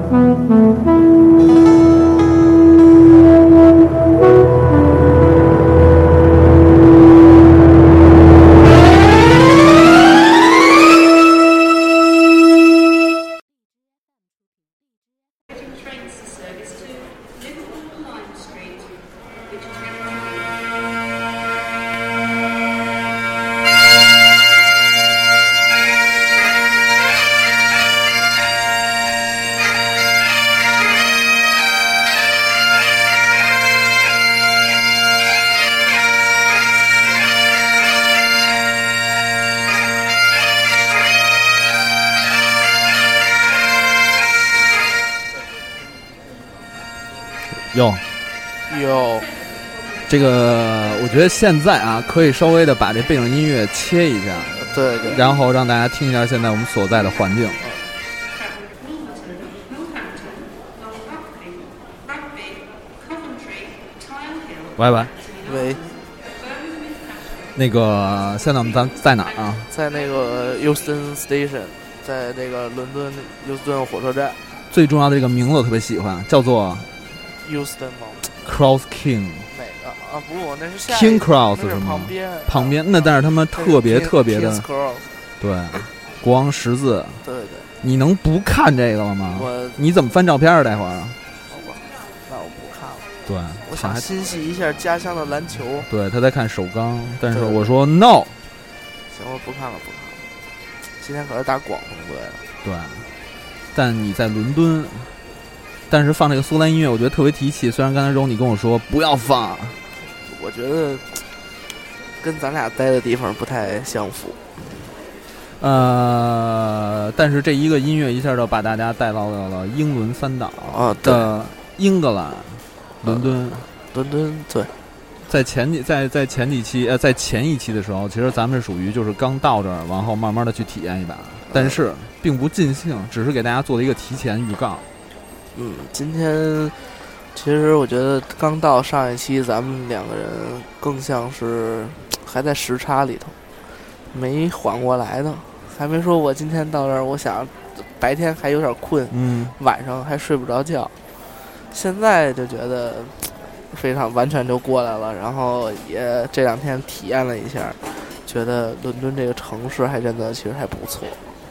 有， 这个我觉得现在啊，可以稍微的把这背景音乐切一下， 对对， 然后让大家听一下现在我们所在的环境。喂，那个现在我们在哪儿啊？ 在那个 Euston Station， 在那个伦敦休斯顿火车站。 最重要的这个名字我特别喜欢，叫做 Euston Cross King。 哪个啊？不，那是下 King Cross 是吗？旁边那，但是他们特别的，对，国王十字。 对， 你能不看这个了吗？你怎么翻照片啊？待会儿。 好吧，那我不看了。 对， 我想心系一下家乡的篮球。 对，他在看首钢，但是我说 no。 行，我不看了。今天可是打广东队了。 对，但你在伦敦，但是放这个苏格兰音乐，我觉得特别提气。虽然刚才柔你跟我说不要放， 我觉得跟咱俩待的地方不太相符。 但是这一个音乐一下就把大家带到了英伦三岛的英格兰，伦敦，对。在前一期的时候，其实咱们是属于就是刚到这儿，然后慢慢的去体验一把，但是并不尽兴，只是给大家做了一个提前预告。 今天其实我觉得刚到上一期，咱们两个人更像是还在时差里头，没缓过来呢，还没说我今天到这儿，我想白天还有点困，晚上还睡不着觉，现在就觉得非常完全就过来了，然后也这两天体验了一下，觉得伦敦这个城市还真的其实还不错。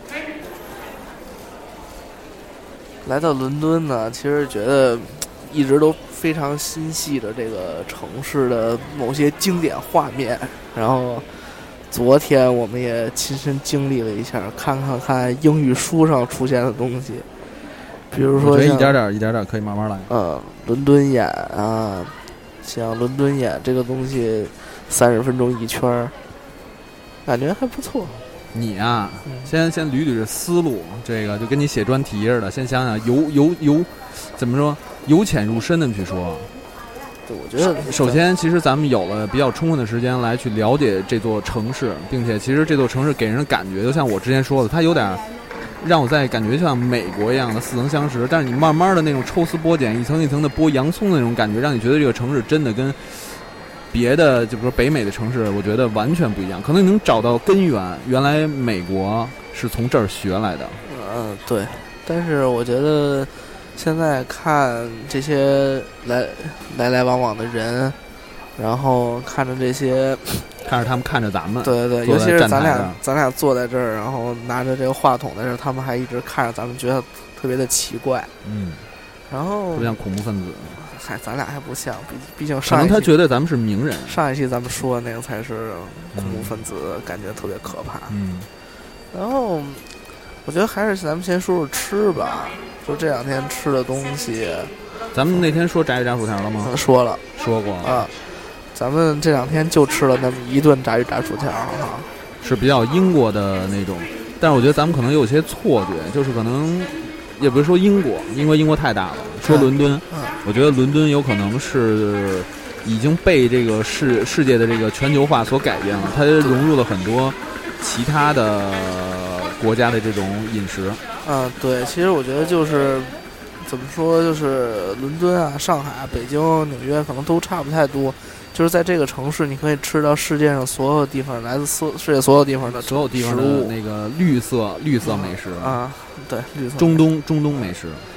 来到伦敦呢，其实觉得一直都非常心系着这个城市的某些经典画面，然后昨天我们也亲身经历了一下，看英语书上出现的东西，比如说一点点可以慢慢来。 伦敦眼啊，像伦敦眼这个东西，30分钟一圈，感觉还不错。 你啊，先捋这思路，这个就跟你写专题似的，先想想怎么说，由浅入深的去说。 对，我觉得首先，其实咱们有了比较充分的时间来去了解这座城市，并且其实这座城市给人的感觉，就像我之前说的，它有点让我在感觉像美国一样的似曾相识，但是你慢慢的那种抽丝剥茧，一层一层的剥洋葱的那种感觉，让你觉得这个城市真的跟别的就比如说北美的城市，我觉得完全不一样，可能你能找到根源，原来美国是从这儿学来的。 对，但是我觉得现在看这些来往往的人，然后看着这些， 看着他们看着咱们， 对，尤其是咱俩坐在这儿，然后拿着这个话筒在这儿，他们还一直看着咱们，觉得特别的奇怪。然后不像恐怖分子。 咱俩还不像，毕竟可能他觉得咱们是名人。 上一期咱们说的那个才是恐怖分子，感觉特别可怕。然后我觉得还是咱们先说说吃吧，就这两天吃的东西。 咱们那天说炸鱼炸薯条了吗？ 说过啊。 咱们这两天就吃了那么一顿炸鱼炸薯条哈， 是比较英国的那种，但是我觉得咱们可能有些错觉，就是可能也不是说英国太大了，说伦敦，我觉得伦敦有可能是已经被这个世界的这个全球化所改变了，它融入了很多其他的国家的这种饮食。 对，其实我觉得就是怎么说，就是伦敦啊、上海、北京、纽约可能都差不太多。就是在这个城市，你可以吃到世界上所有地方来自世界所有地方的所有地方的那个绿色美食对，绿色中东美食。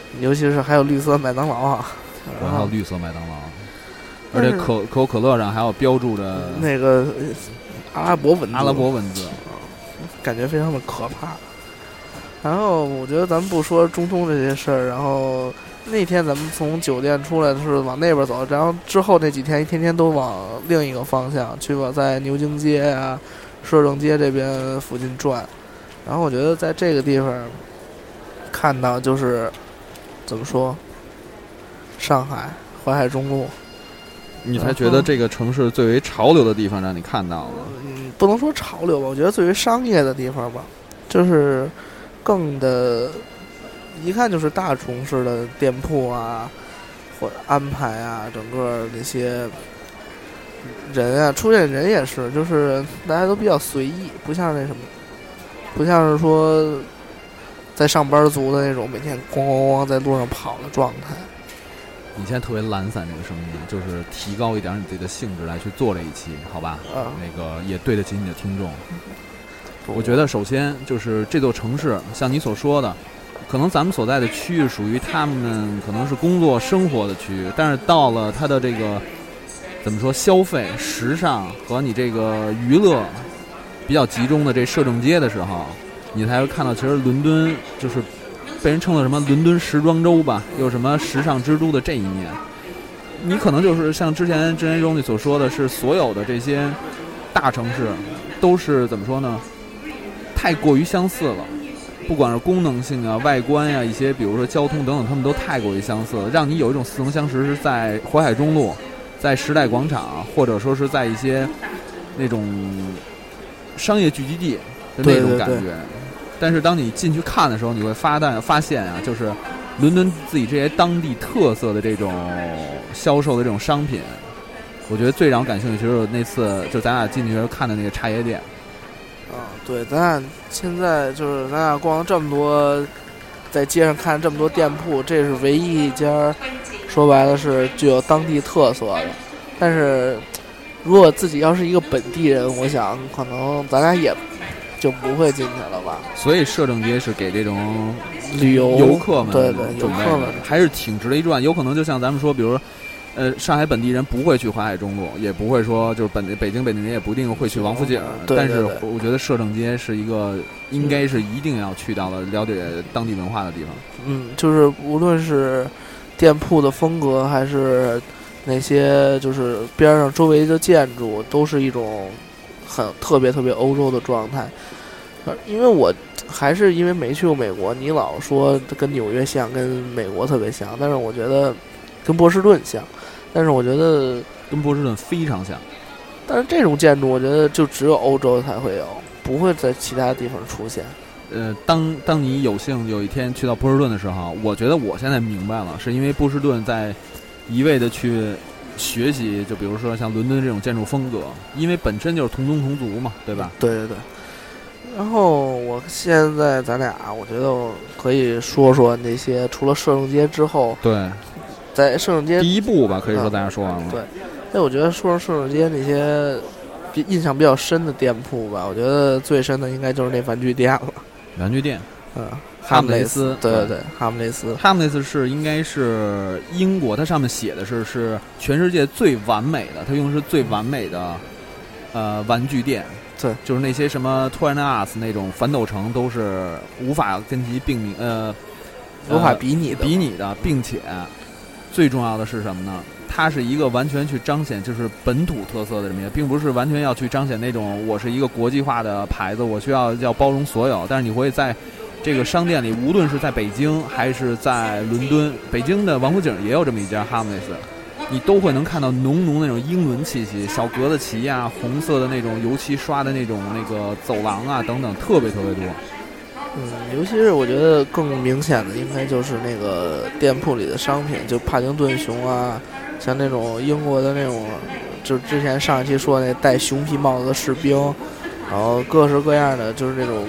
尤其是还有绿色麦当劳啊， 然后还有绿色麦当劳，而且可口可乐上还有标注着那个阿拉伯文字，感觉非常的可怕。然后我觉得咱们不说中东这些事儿，然后那天咱们从酒店出来是往那边走，然后之后那几天一天天都往另一个方向去吧，在牛津街啊、摄政街这边附近转。然后我觉得在这个地方看到就是怎么说，上海淮海中路， 你才觉得这个城市最为潮流的地方让你看到了。 不能说潮流吧，我觉得最为商业的地方吧，就是更的一看就是大城市的店铺啊，或者安排啊，整个那些人啊，出现人也是，就是大家都比较随意，不像那什么，不像是说在上班族的那种每天咣咣咣在路上跑的状态。 你现在特别懒散这个声音，就是提高一点你自己的兴致来去做这一期，好吧？那个也对得起你的听众。我觉得首先就是这座城市，像你所说的，可能咱们所在的区域属于他们可能是工作生活的区域，但是到了它的这个怎么说消费、时尚和你这个娱乐比较集中的这摄政街的时候，你才会看到其实伦敦就是被人称作什么伦敦时装周吧，有什么时尚之都的这一面。你可能就是像之前中你所说的是，所有的这些大城市都是怎么说呢？太过于相似了，不管是功能性啊、外观呀、一些比如说交通等等，他们都太过于相似了，让你有一种似曾相识是在淮海中路、在时代广场，或者说是在一些那种商业聚集地的那种感觉。 对对对， 但是当你进去看的时候，你会发现啊，就是伦敦自己这些当地特色的这种销售的这种商品，我觉得最让我感兴趣就是那次就咱俩进去时候看的那个茶叶店。 对，咱俩现在就是咱俩逛了这么多，在街上看这么多店铺，这是唯一一家说白了是具有当地特色的。但是如果自己要是一个本地人，我想可能咱俩也就不会进去了吧。 所以摄政街是给这种旅游客们对游客们还是挺值得一转。有可能就像咱们说，比如上海本地人不会去淮海中路，也不会说就是北京本地人也不一定会去王府井， 对对对， 但是我觉得摄政街是一个应该是一定要去到的了解当地文化的地方。 就是无论是店铺的风格，还是那些就是边上周围的建筑，都是一种很特别欧洲的状态。因为我还是因为没去过美国，你老说跟纽约像，跟美国特别像，但是我觉得跟波士顿像。但是我觉得跟波士顿非常像， 但是这种建筑我觉得就只有欧洲才会有，不会在其他地方出现。 当你有幸有一天去到波士顿的时候，我觉得我现在明白了，是因为波士顿在一味的去学习，就比如说像伦敦这种建筑风格，因为本身就是同宗同族嘛，对吧？ 对。然后我现在咱俩，我觉得可以说说那些除了摄政街之后， 对。 在摄政街第一步吧，可以说大家说完了。 对，那我觉得说摄政街那些印象比较深的店铺吧，我觉得最深的应该就是那玩具店了。 玩具店， 哈姆雷斯，对，哈姆雷斯是应该是英国，它上面写的是全世界最完美的，它用的是最完美的玩具店。 对， 就是那些什么Toys R Us那种反斗城都是无法跟其并名， 无法比拟的，并且最重要的是什么呢？它是一个完全去彰显就是本土特色的这么一个，并不是完全要去彰显那种我是一个国际化的牌子，我需要包容所有。但是你会在这个商店里，无论是在北京还是在伦敦，北京的王府井也有这么一家哈姆雷斯，你都会能看到浓浓那种英伦气息，小格子旗啊，红色的那种油漆刷的那种那个走廊啊等等，特别多。 尤其是我觉得更明显的应该就是那个店铺里的商品，就帕丁顿熊啊，像那种英国的那种，就之前上一期说那戴熊皮帽子的士兵，然后各式各样的就是那种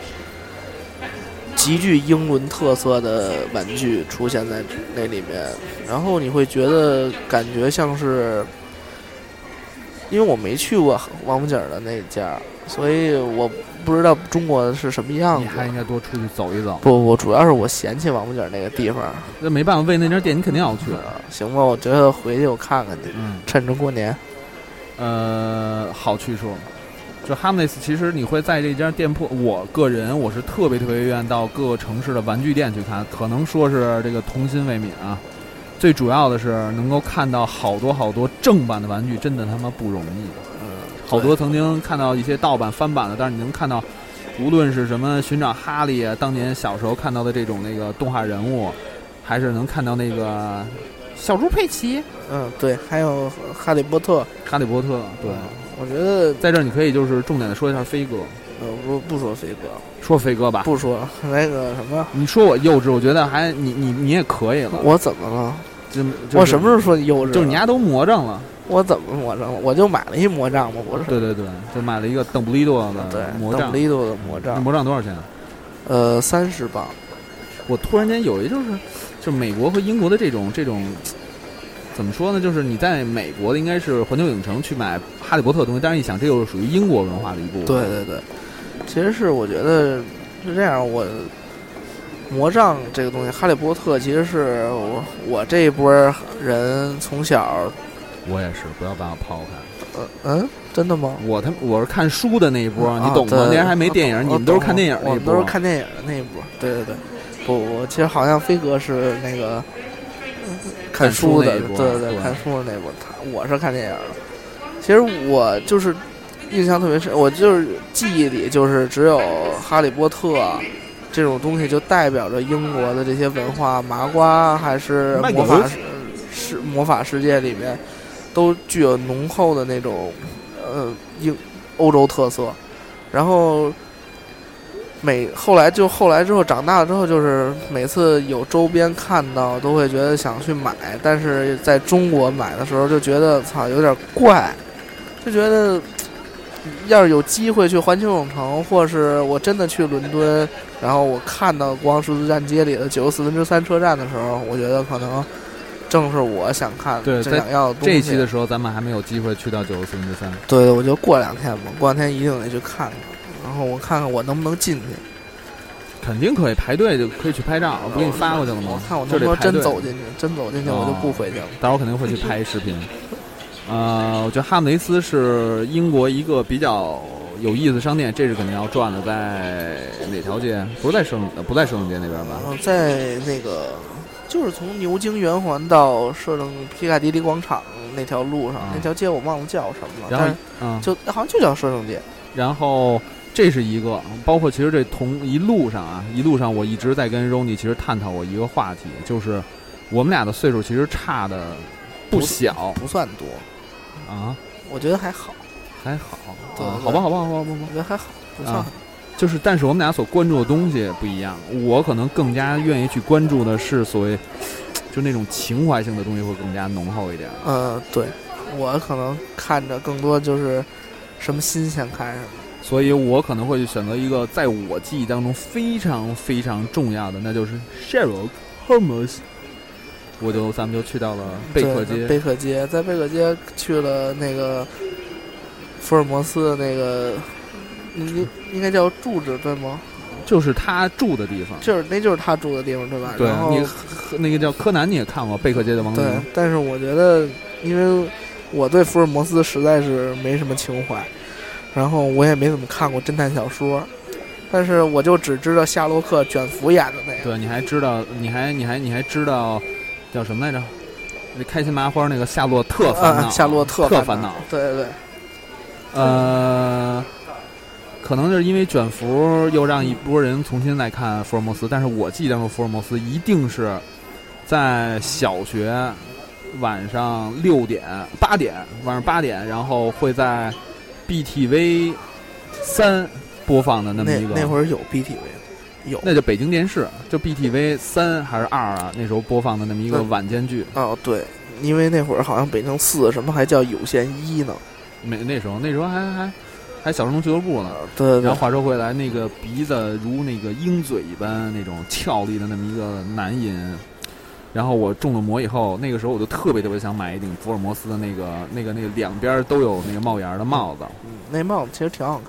极具英伦特色的玩具出现在那里面，然后你会觉得感觉像是，因为我没去过王府井的那家，所以不知道中国是什么样子。 你还应该多出去走一走。 不，主要是我嫌弃王府井那个地方。 那没办法，为那家店你肯定要去。 行吧，我觉得回去我看看去，趁着过年。 好去处。就哈姆雷斯，其实你会在这家店铺，我个人我是特别愿意到各个城市的玩具店去看，可能说是这个童心未泯啊。最主要的是能够看到好多正版的玩具，真的他妈不容易。好多曾经看到一些盗版翻版的，但是你能看到，无论是什么寻找哈利啊，当年小时候看到的这种那个动画人物，还是能看到那个小猪佩奇， 对，还有哈利波特， 对。 我觉得在这儿你可以就是重点的说一下飞哥。 不说飞哥， 说飞哥吧。 不说那个什么。 你说我幼稚，我觉得还你也可以了。 我怎么了？ 我什么时候说你幼稚？ 就是你丫都魔怔了。 我怎么魔怔了？我就买了一魔杖嘛，不是？ 对，就买了一个邓布利多的魔杖。 邓布利多的魔杖。 魔杖多少钱 ？30磅。 我突然间有一就是美国和英国的这种。怎么说呢？就是你在美国的应该是环球影城去买哈利波特的东西，但是一想这又是属于英国文化的一部分。 对，其实是我觉得是这样，魔杖这个东西，哈利波特其实是我这一波人从小。 我也是，不要把我抛开。 真的吗？ 我是看书的那一波，你懂吗？那人还没电影，你们都是看电影那一波。 我们都是看电影的那一波。对，不，其实好像飞哥是那个。看书的，对，看书的那波，我是看电影的。其实我就是印象特别深，我就是记忆里就是只有哈利波特这种东西就代表着英国的这些文化，麻瓜还是魔法世界里面都具有浓厚的那种欧洲特色。然后后来之后长大了之后，就是每次有周边看到都会觉得想去买，但是在中国买的时候就觉得有点怪，就觉得要是有机会去环球影城，或是我真的去伦敦，然后我看到国王十字战街里的94分之3车站的时候，我觉得可能正是我想看正想要的东西。 这一期的时候咱们还没有机会去到94分之3。 对，我就过2天吧，过2天一定得去看看。然后我看看我能不能进去， 肯定可以排队就可以去拍照，我不给你发过去了吗？ 我看我能不能真走进去，我就不回去了。 待会儿肯定会去拍视频。我觉得哈姆雷斯是英国一个比较有意思的商店，这是肯定要转的。在哪条街？不在摄政街那边吧？ 在那个就是从牛津圆环到皮卡迪里广场那条路上，那条街我忘了叫什么了， 然后就好像就叫摄政街。 然后这是一个，包括其实这一路上我一直在跟 Ronnie 其实探讨过一个话题，就是我们俩的岁数其实差的不小， 不算多啊， 我觉得还好， 对，好吧， 我觉得还好，不算。 就是，但是我们俩所关注的东西不一样，我可能更加愿意去关注的是所谓就那种情怀性的东西会更加浓厚一点。 对，我可能看着更多就是什么新鲜看什么， 所以我可能会去选择一个在我记忆当中非常非常重要的，那就是 Sherlock Holmes。咱们就去到了贝克街， 在贝克街去了那个福尔摩斯的那个，应该叫住址对吗？ 就是他住的地方， 就是他住的地方对吧？ 对， 然后你那个叫柯南你也看过贝克街的亡灵？ 对，但是我觉得，因为我对福尔摩斯实在是没什么情怀，然后我也没怎么看过侦探小说，但是我就只知道夏洛克卷福演的那个。 对，你还知道叫什么来着？那开心麻花那个夏洛特烦恼， 夏洛特烦恼。 对。 可能就是因为卷福又让一波人重新来看福尔摩斯，但是我记得福尔摩斯一定是在小学晚上8点，然后会在 BTV 3播放的那么一个。 那会儿有 BTV。有， 那就北京电视，就 BTV 3还是2啊？那时候播放的那么一个晚间剧。 对，因为那会儿好像北京4什么还叫有线1呢。 那时候还小神龙俱乐部呢。 对。 然后话说回来，那个鼻子如那个鹰嘴一般那种俏丽的那么一个男音。然后我中了魔以后，那个时候我就特别想买一顶福尔摩斯的那个两边都有那个帽檐的帽子。 那帽子其实挺好看的。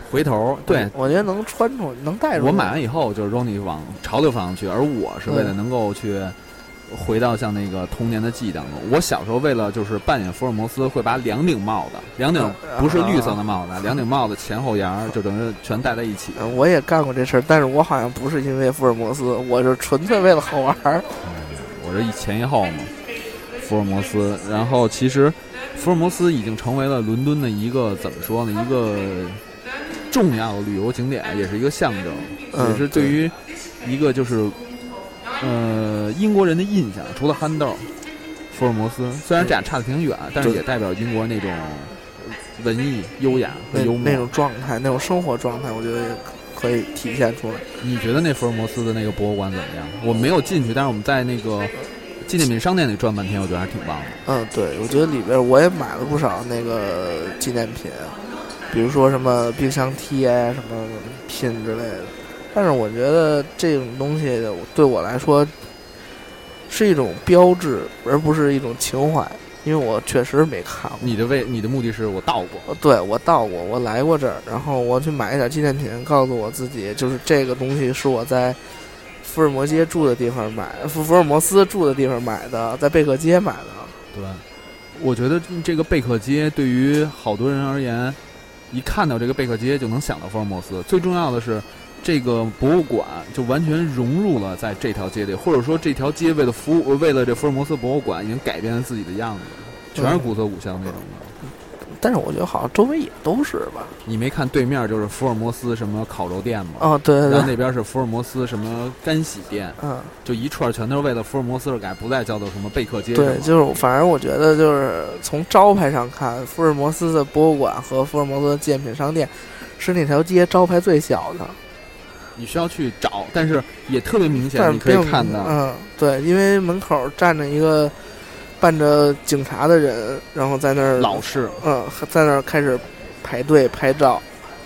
回头，对， 我觉得能穿出，能带出去。 我买完以后就是 Ronnie 往潮流方向去，而我是为了能够去回到像那个童年的记忆当中。我小时候为了就是扮演福尔摩斯，会把两顶帽子，两顶不是绿色的帽子，两顶帽子前后沿就等于全戴在一起。 我也干过这事儿，但是我好像不是因为福尔摩斯，我是纯粹为了好玩儿。 我这一前一后嘛，福尔摩斯。然后其实福尔摩斯已经成为了伦敦的一个怎么说呢，一个重要的旅游景点，也是一个象征，也是对于一个就是英国人的印象。除了憨豆，福尔摩斯虽然这俩差得挺远，但是也代表英国那种文艺、优雅和幽默那种状态，那种生活状态，我觉得也可以体现出来。 你觉得那福尔摩斯的那个博物馆怎么样？我没有进去，但是我们在那个纪念品商店里转半天，我觉得还挺棒的。 对，我觉得里边我也买了不少那个纪念品，比如说什么冰箱贴、什么pin之类的。但是我觉得这种东西对我来说是一种标志，而不是一种情怀，因为我确实没看过。 你的目的是我到过？ 对，我到过，我来过这儿，然后我去买一点纪念品，告诉我自己，就是这个东西是我在福尔摩斯住的地方买的，福尔摩斯住的地方买的，在贝克街买的。 对，我觉得这个贝克街对于好多人而言，一看到这个贝克街就能想到福尔摩斯。最重要的是，这个博物馆就完全融入了在这条街里，或者说这条街为了这福尔摩斯博物馆已经改变了自己的样子，全是古色古香那种的。 但是我觉得好像周围也都是吧。 你没看对面就是福尔摩斯什么烤肉店吗？ 对对对。 然后那边是福尔摩斯什么干洗店，就一串全都是为了福尔摩斯而改，不再叫做什么贝克街。 对，就是反正我觉得就是从招牌上看，福尔摩斯的博物馆和福尔摩斯的纪念品商店是那条街招牌最小的。 你需要去找，但是也特别明显，你可以看到。 对，因为门口站着一个扮着警察的人，然后在那儿老式， 在那儿开始排队拍照。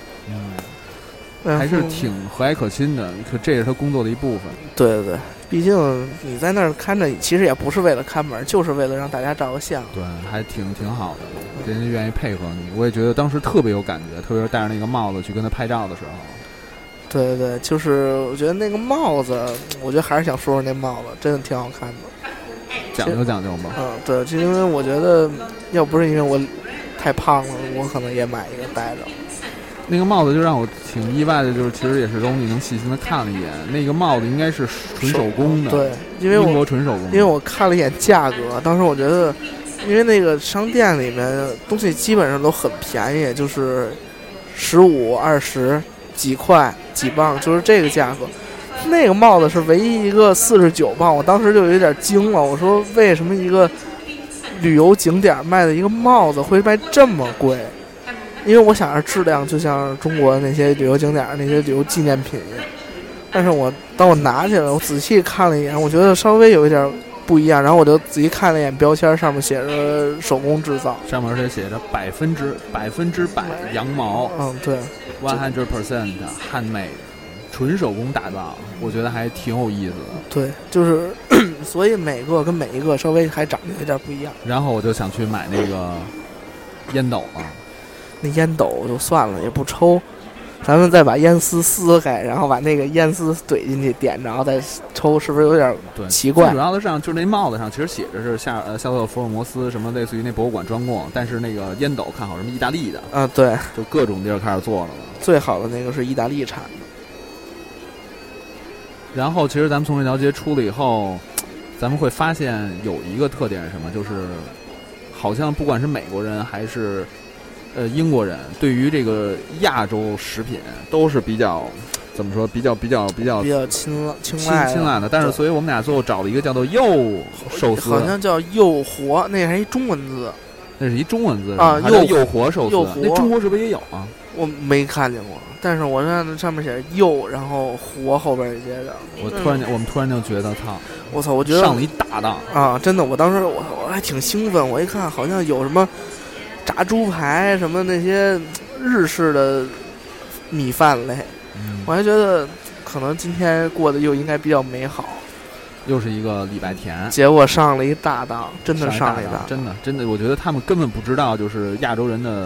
还是挺和蔼可亲的，可这也是他工作的一部分。 对对对，毕竟你在那儿看着，其实也不是为了看门，就是为了让大家照个相。 对，还挺好的，人家愿意配合你。我也觉得当时特别有感觉，特别是戴着那个帽子去跟他拍照的时候。 对对，就是我觉得那个帽子，我觉得还是想说说那帽子，真的挺好看的。 讲究吧。 对，就因为我觉得，要不是因为我太胖了，我可能也买一个戴着。 那个帽子就让我挺意外的，就是其实也是Ronnie能细心的看了一眼，那个帽子应该是纯手工的。 对，因为英国纯手工。 因为我看了一眼价格，当时我觉得，因为那个商店里面东西基本上都很便宜，就是15、20几块几磅，就是这个价格。那个帽子是唯一一个49磅，我当时就有点惊了。我说为什么一个旅游景点卖的一个帽子会卖这么贵？因为我想着质量就像中国那些旅游景点那些旅游纪念品一样，但是当我拿起来，我仔细看了一眼，我觉得稍微有一点不一样，然后我就仔细看了一眼标签，上面写着手工制造， 上面是写着100%羊毛， 对 ，100% handmade， 纯手工打造，我觉得还挺有意思的。 对，就是所以每个跟每一个稍微还长得有点不一样。 然后我就想去买那个烟斗了。 那烟斗就算了，也不抽，咱们再把烟丝撕开，然后把那个烟丝怼进去点着再抽，是不是有点奇怪？ 最主要的上就是那帽子上其实写着是夏特福尔摩斯什么类似于那博物馆专供，但是那个烟斗看好什么意大利的对， 就各种地儿开始做了。 最好的那个是意大利产的。 然后其实咱们从这条街出了以后，咱们会发现有一个特点是什么，就是好像不管是美国人还是英国人，对于这个亚洲食品都是比较怎么说，比较青睐的。但是所以我们俩最后找了一个叫做柚寿司， 好像叫柚活，那还一中文字。 那是一中文字啊， 柚活寿司。那中国是不是也有啊？ 我没看见过，但是我看上面写着柚，然后活后边接着。 我们突然就觉得， 我操！我觉得上了一大当啊！真的，我当时我还挺兴奋，我一看好像有什么炸猪排什么那些日式的米饭类，我还觉得可能今天过得又应该比较美好。 又是一个礼拜天， 结果上了一大当，真的上了一当，真的，我觉得他们根本不知道，就是亚洲人的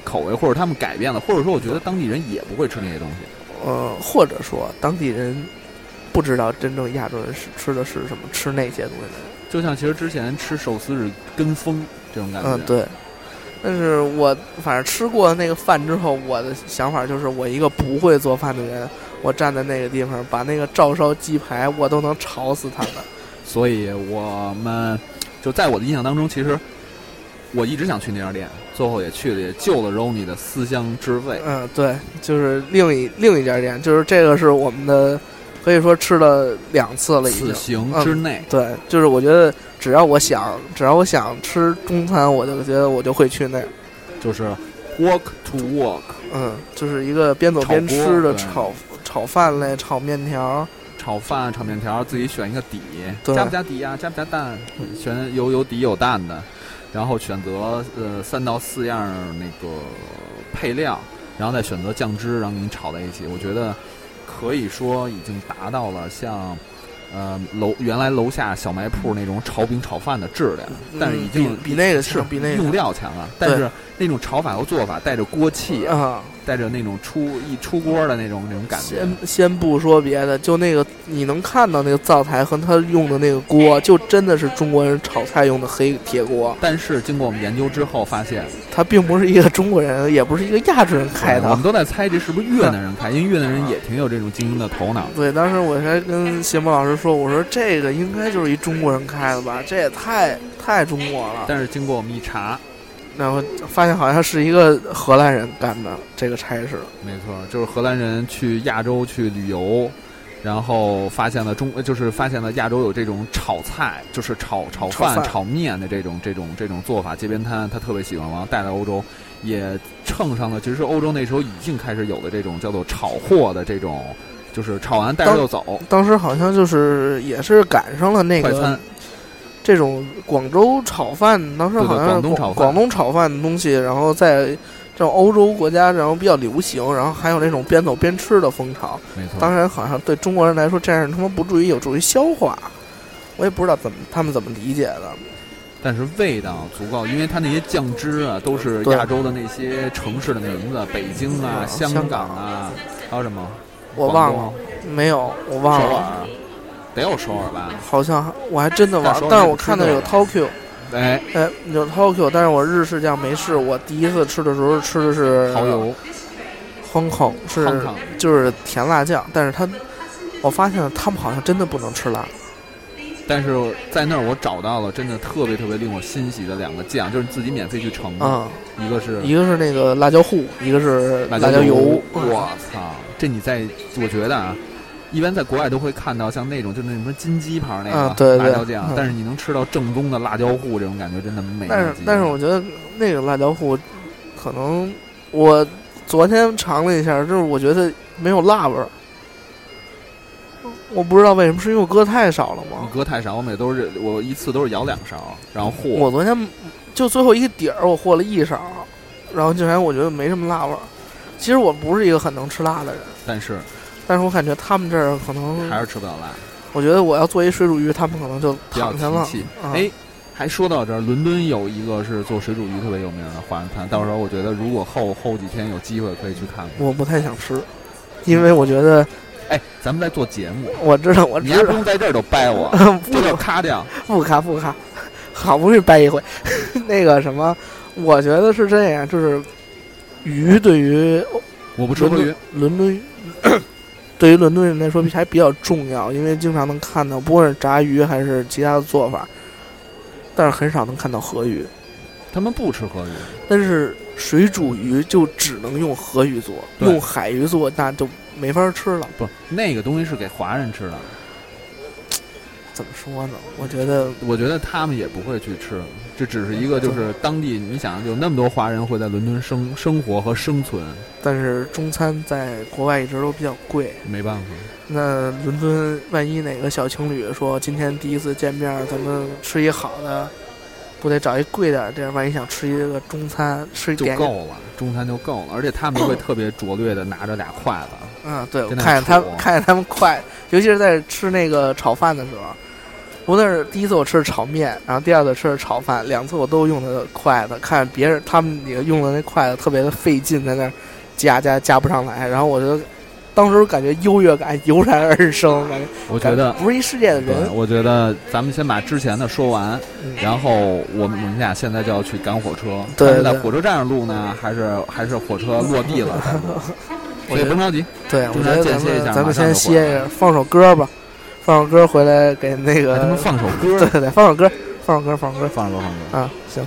口味，或者他们改变了，或者说我觉得当地人也不会吃那些东西。 或者说当地人不知道真正亚洲人吃的是什么，吃那些东西。 就像其实之前吃寿司是跟风这种感觉。 对。但是我反正吃过那个饭之后，我的想法就是，我一个不会做饭的人，我站在那个地方，把那个照烧鸡排，我都能吵死他们。 所以我们就在我的印象当中，其实我一直想去那家店，最后也去了，也救了 Ronnie 的思乡之味。 对，就是另一家店，就是这个是我们的，可以说吃了2次了已经。 此行之内， 对，就是我觉得只要我想吃中餐，我就觉得我就会去那儿。 就是 walk to walk， 就是一个边走边吃的炒饭类、炒面条。炒饭、炒面条，自己选一个底，加不加底呀？加不加蛋？选有底有蛋的，然后选择3到4样那个配料，然后再选择酱汁，然后给你炒在一起。我觉得可以说已经达到了像原来楼下小卖铺那种炒饼炒饭的质量，但是已经比那个是比那个用料强啊。但是那种炒法和做法带着锅气啊， 带着那种出锅的那种感觉。 先不说别的，就那个你能看到那个灶台和他用的那个锅，就真的是中国人炒菜用的黑铁锅。 但是经过我们研究之后发现， 他并不是一个中国人，也不是一个亚洲人开的。 我们都在猜这是不是越南人开，因为越南人也挺有这种经营的头脑。 对，当时我还跟谢波老师说，我说这个应该就是一中国人开的吧，这也太中国了。 但是经过我们一查， 然后发现好像是一个荷兰人干的这个差事。 没错，就是荷兰人去亚洲去旅游，然后发现了亚洲有这种炒菜，就是炒饭、炒面的这种做法，街边摊他特别喜欢，然后带来欧洲，也蹭上了。其实欧洲那时候已经开始有的这种叫做炒货的这种，就是炒完带着就走。当时好像就是也是赶上了那个快餐。这种广州炒饭，当时好像是广东炒饭的东西，然后在这种欧洲国家，然后比较流行，然后还有那种边走边吃的风潮。 没错， 当然好像对中国人来说，这样他们有助于消化，我也不知道他们怎么理解的。 但是味道足够，因为它那些酱汁啊，都是亚洲的那些城市的名字，北京啊、香港啊，还有什么？ 我忘了，没有，我忘了。 得有首尔吧？ 好像我还真的忘了，但是我看到有 Tokyo， 有 Tokyo， 但是我日式酱没试。我第一次吃的时候吃的是蚝油 ，Hong Kong 就是甜辣酱，但是我发现他们好像真的不能吃辣。 但是在那儿我找到了真的特别特别令我欣喜的2个酱，就是自己免费去盛。一个是那个辣椒糊，一个是辣椒油。 我操！这我觉得啊。一般在国外都会看到像那种就是那什么金鸡牌那个辣椒酱，但是你能吃到正宗的辣椒糊，这种感觉真的美。 但是我觉得那个辣椒糊，可能我昨天尝了一下，就是我觉得没有辣味儿。我不知道为什么，是因为我搁太少了吗？ 你搁太少，我一次都是舀2勺，然后和。 我昨天就最后一个底儿，我和了1勺，然后竟然我觉得没什么辣味儿。其实我不是一个很能吃辣的人，但是我感觉他们这儿可能还是吃不了辣。 我觉得我要做一水煮鱼，他们可能就躺下了。 还说到这儿，伦敦有一个是做水煮鱼特别有名的华人摊，到时候我觉得如果后几天有机会可以去看看。 我不太想吃，因为我觉得， 咱们在做节目， 我知道， 你还不用在这儿都掰我，这就咔掉， 不咔，好不容易掰一回。那个什么，我觉得是这样，就是鱼对于我不吃鱼， 伦敦。对于伦敦人来说还比较重要，因为经常能看到，不管是炸鱼还是其他的做法，但是很少能看到河鱼。 他们不吃河鱼， 但是水煮鱼就只能用河鱼做，用海鱼做那就没法吃了。 不，那个东西是给华人吃的。 怎么说呢？ 我觉得他们也不会去吃，这只是一个就是当地，你想有那么多华人会在伦敦生活和生存， 但是中餐在国外一直都比较贵， 没办法。 那伦敦万一哪个小情侣说今天第一次见面，咱们吃一好的，不得找一贵点这样，万一想吃一个中餐，吃一点就够了，中餐就够了，而且他们会特别拙劣的拿着2筷子。 对，我看见他们筷，尤其是在吃那个炒饭的时候。 无论是第一次我吃的炒面，然后第二次吃的炒饭，2次我都用的筷子，看别人他们也用的那筷子特别的费劲，在那儿夹不上来，然后我就当时感觉优越感油然而生，感觉我觉得不是一世界的人。 我觉得咱们先把之前的说完，然后我们俩现在就要去赶火车。 对， 是在火车站上录呢，还是火车落地了？所以甭着急。 对，我觉得间歇一下， 咱们先歇一下，放首歌吧，放首歌回来给那个。 他们放首歌。 对，放首歌啊，行。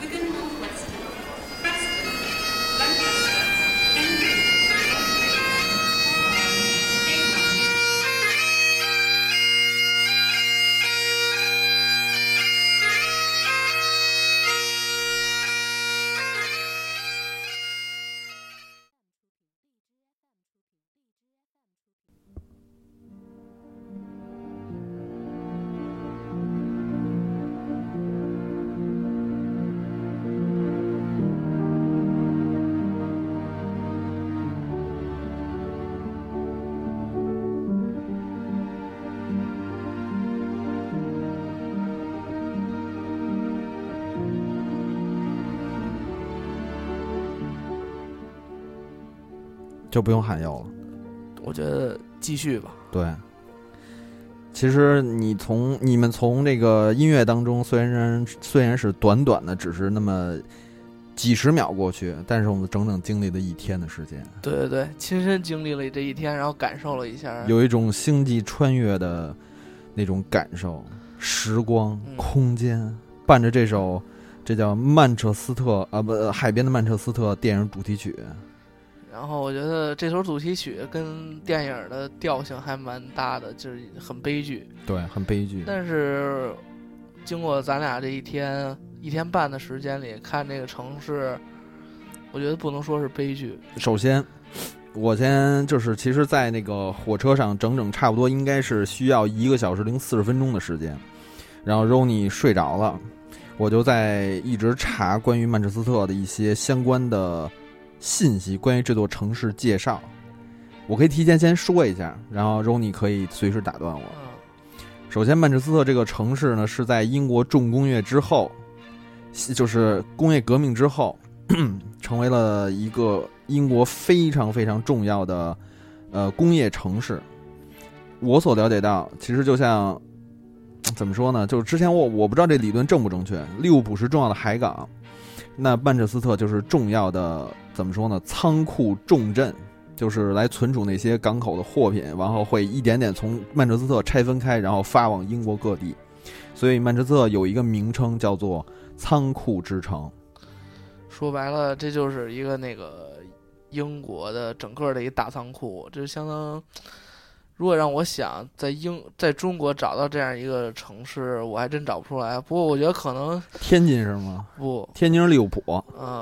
就不用喊要了， 我觉得继续吧。 对，其实你们从这个音乐当中，虽然是短短的，只是那么几十秒过去，但是我们整整经历了1天的时间。 对对对，亲身经历了这1天，然后感受了一下， 有一种星际穿越的那种感受，时光、空间，伴着这首这叫曼彻斯特海边的曼彻斯特电影主题曲。 然后我觉得这首主题曲跟电影的调性还蛮搭的，就是很悲剧。 对，很悲剧。 但是经过咱俩这1天半的时间里看这个城市，我觉得不能说是悲剧。 首先我先就是其实在那个火车上整整差不多应该是需要1个小时零40分钟的时间，然后 Ronnie 睡着了，我就在一直查关于曼彻斯特的一些相关的信息，关于这座城市介绍，我可以提前先说一下，然后 Ronnie 可以随时打断我。首先，曼彻斯特这个城市呢，是在英国重工业之后，就是工业革命之后，成为了一个英国非常非常重要的工业城市。我所了解到，其实就像怎么说呢，就是之前我不知道这理论正不正确，利物浦是重要的海港，那曼彻斯特就是重要的怎么说呢？仓库重镇，就是来存储那些港口的货品，然后会一点点从曼彻斯特拆分开，然后发往英国各地。所以曼彻斯特有一个名称叫做仓库之城。 说白了，这就是一个那个英国的整个的一个大仓库，这相当。如果让我想在中国找到这样一个城市，我还真找不出来。不过我觉得可能天津是吗？ 不， 天津是利物浦。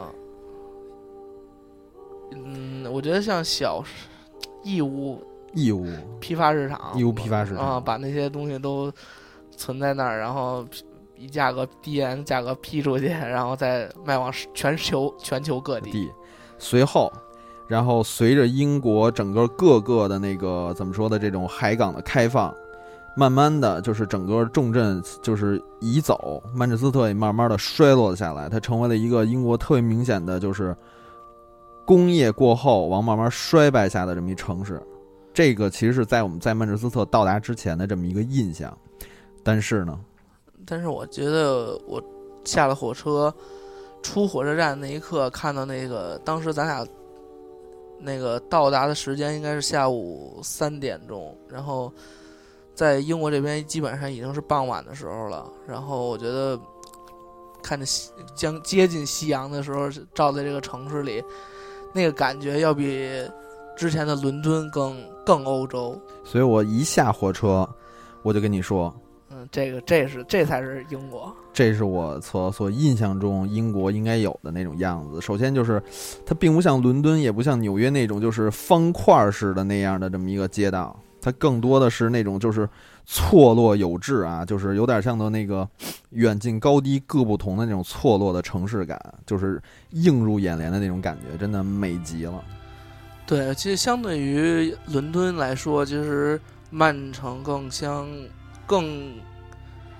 我觉得像义乌批发市场， 义乌批发市场把那些东西都存在那儿，然后以价格低廉价格批出去，然后再卖往全球各地。 随后。然后随着英国整个各个的那个怎么说的这种海港的开放，慢慢的就是整个重镇就是移走，曼彻斯特也慢慢的衰落了下来，它成为了一个英国特别明显的就是工业过后往慢慢衰败下的这么一城市。这个其实是在我们在曼彻斯特到达之前的这么一个印象。但是我觉得我下了火车出火车站那一刻，看到那个当时咱俩那个到达的时间应该是下午3点钟，然后在英国这边基本上已经是傍晚的时候了。然后我觉得看着将接近夕阳的时候照在这个城市里，那个感觉要比之前的伦敦更欧洲。 所以我一下火车我就跟你说， 这才是英国， 这是我所印象中英国应该有的那种样子。首先就是它并不像伦敦也不像纽约那种就是方块式的那样的这么一个街道，它更多的是那种就是错落有致啊，就是有点像的那个远近高低各不同的那种错落的城市感，就是映入眼帘的那种感觉，真的美极了。 对，其实相对于伦敦来说，其实曼城更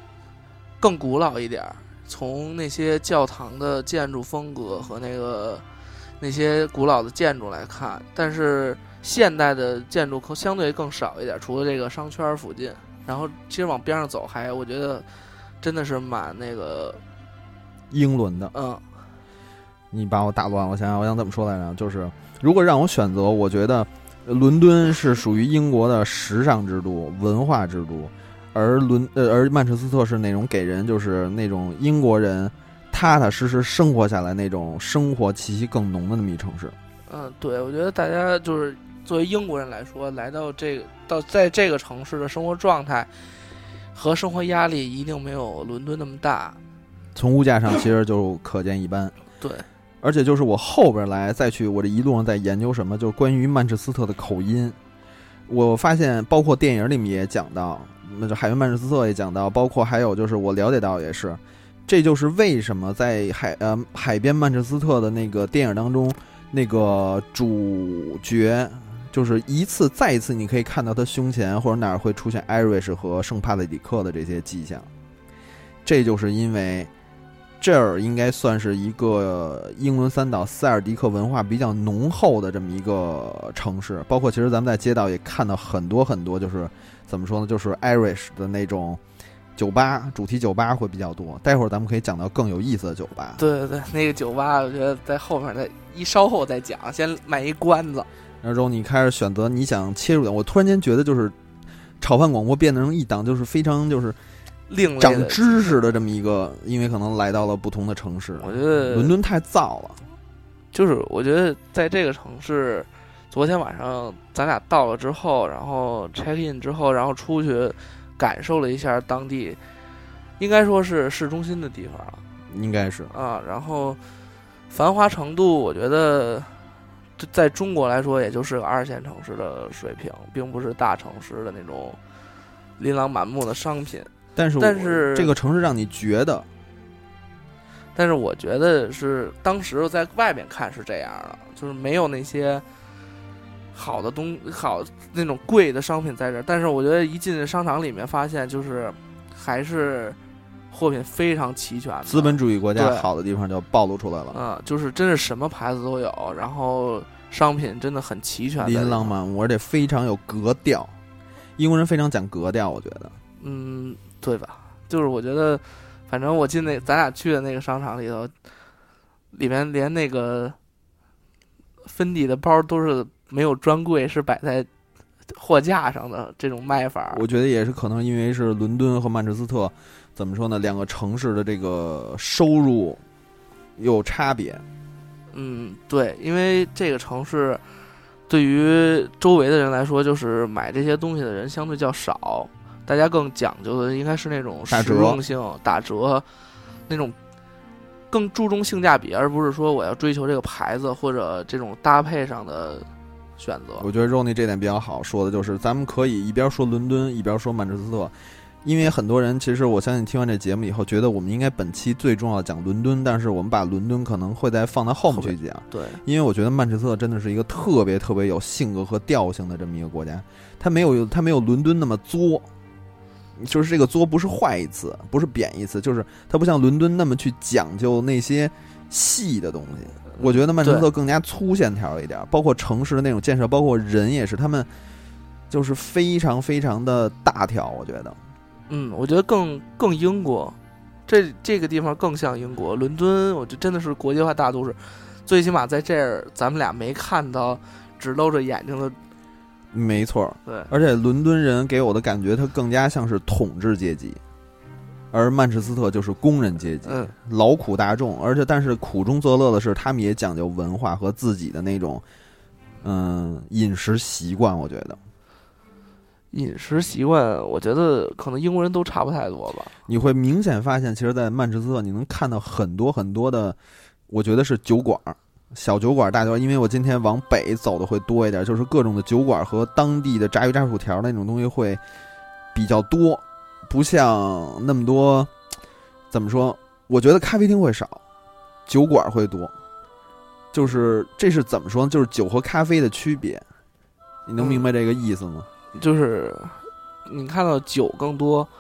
更古老一点，从那些教堂的建筑风格和那些古老的建筑来看，但是现代的建筑相对更少一点，除了这个商圈附近。然后其实往边上走我觉得真的是蛮那个英伦的。你把我打乱了，我想想我想怎么说来着，就是如果让我选择，我觉得伦敦是属于英国的时尚之都、文化之都，而曼彻斯特是那种给人就是那种英国人踏踏实实生活下来那种生活气息更浓的那么一城市。 对，我觉得大家就是作为英国人来说，来到在这个城市的生活状态和生活压力一定没有伦敦那么大。 从物价上其实就可见一斑。 对。 而且就是我后边来再去我这一路上在研究什么，就是关于曼彻斯特的口音，我发现包括电影里面也讲到，海员曼彻斯特也讲到，包括还有就是我了解到也是，这就是为什么在海边曼彻斯特的那个电影当中，那个主角就是再一次你可以看到他胸前或者哪儿会出现 Irish 和圣帕特里克的这些迹象，这就是因为这儿应该算是一个英伦三岛塞尔迪克文化比较浓厚的这么一个城市，包括其实咱们在街道也看到很多很多，就是怎么说呢，就是 Irish 的那种酒吧，主题酒吧会比较多。待会儿咱们可以讲到更有意思的酒吧。 对，那个酒吧我觉得在后面稍后再讲，先卖一关子。 然后你开始选择你想切入点，我突然间觉得就是炒饭广播变成一档就是非常就是另类长知识的这么一个，因为可能来到了不同的城市。 我觉得伦敦太燥了， 就是我觉得在这个城市，昨天晚上咱俩到了之后，然后 check in 之后，然后出去感受了一下当地，应该说是市中心的地方了， 应该是然后繁华程度，我觉得在中国来说，也就是个2线城市的水平，并不是大城市的那种琳琅满目的商品。但是这个城市让你觉得， 但是我觉得是当时在外面看是这样的，就是没有那些好那种贵的商品在这儿。但是我觉得一进商场里面，发现就是还是货品非常齐全的。 资本主义国家好的地方就暴露出来了。 就是真是什么牌子都有，然后商品真的很齐全， 琳琅满目，而且非常有格调。英国人非常讲格调，我觉得。 对吧？就是我觉得，反正我进咱俩去的那个商场里头，里面连那个芬迪的包都是没有专柜，是摆在货架上的这种卖法。 我觉得也是可能因为是伦敦和曼彻斯特，怎么说呢？两个城市的这个收入有差别。 对，因为这个城市对于周围的人来说，就是买这些东西的人相对较少。大家更讲究的应该是那种实用性、打折，那种更注重性价比，而不是说我要追求这个牌子或者这种搭配上的选择。 我觉得 Ronnie 这点比较好说的就是，咱们可以一边说伦敦，一边说曼彻斯特，因为很多人其实我相信听完这节目以后，觉得我们应该本期最重要讲伦敦，但是我们把伦敦可能会再放到后面去讲。 对， 因为我觉得曼彻斯特真的是一个特别特别有性格和调性的这么一个国家，它没有伦敦那么作。就是这个作不是坏一词，不是贬义词，就是它不像伦敦那么去讲究那些细的东西。我觉得曼彻斯特更加粗线条一点，包括城市的那种建设，包括人也是，他们就是非常非常的大条。我觉得， 我觉得更英国，这个地方更像英国。伦敦，我觉得真的是国际化大都市，最起码在这儿，咱们俩没看到只露着眼睛的。 没错， 对， 而且伦敦人给我的感觉，他更加像是统治阶级，而曼彻斯特就是工人阶级，劳苦大众。但是苦中作乐的是，他们也讲究文化和自己的那种，饮食习惯。我觉得饮食习惯，我觉得可能英国人都差不太多吧。 你会明显发现，其实，在曼彻斯特你能看到很多很多的，我觉得是酒馆。小酒馆、大酒馆，因为我今天往北走的会多一点，就是各种的酒馆和当地的炸鱼炸薯条那种东西会比较多，不像那么多。怎么说？我觉得咖啡厅会少，酒馆会多。就是这是怎么说呢？就是酒和咖啡的区别，你能明白这个意思吗？ 就是你看到酒更多，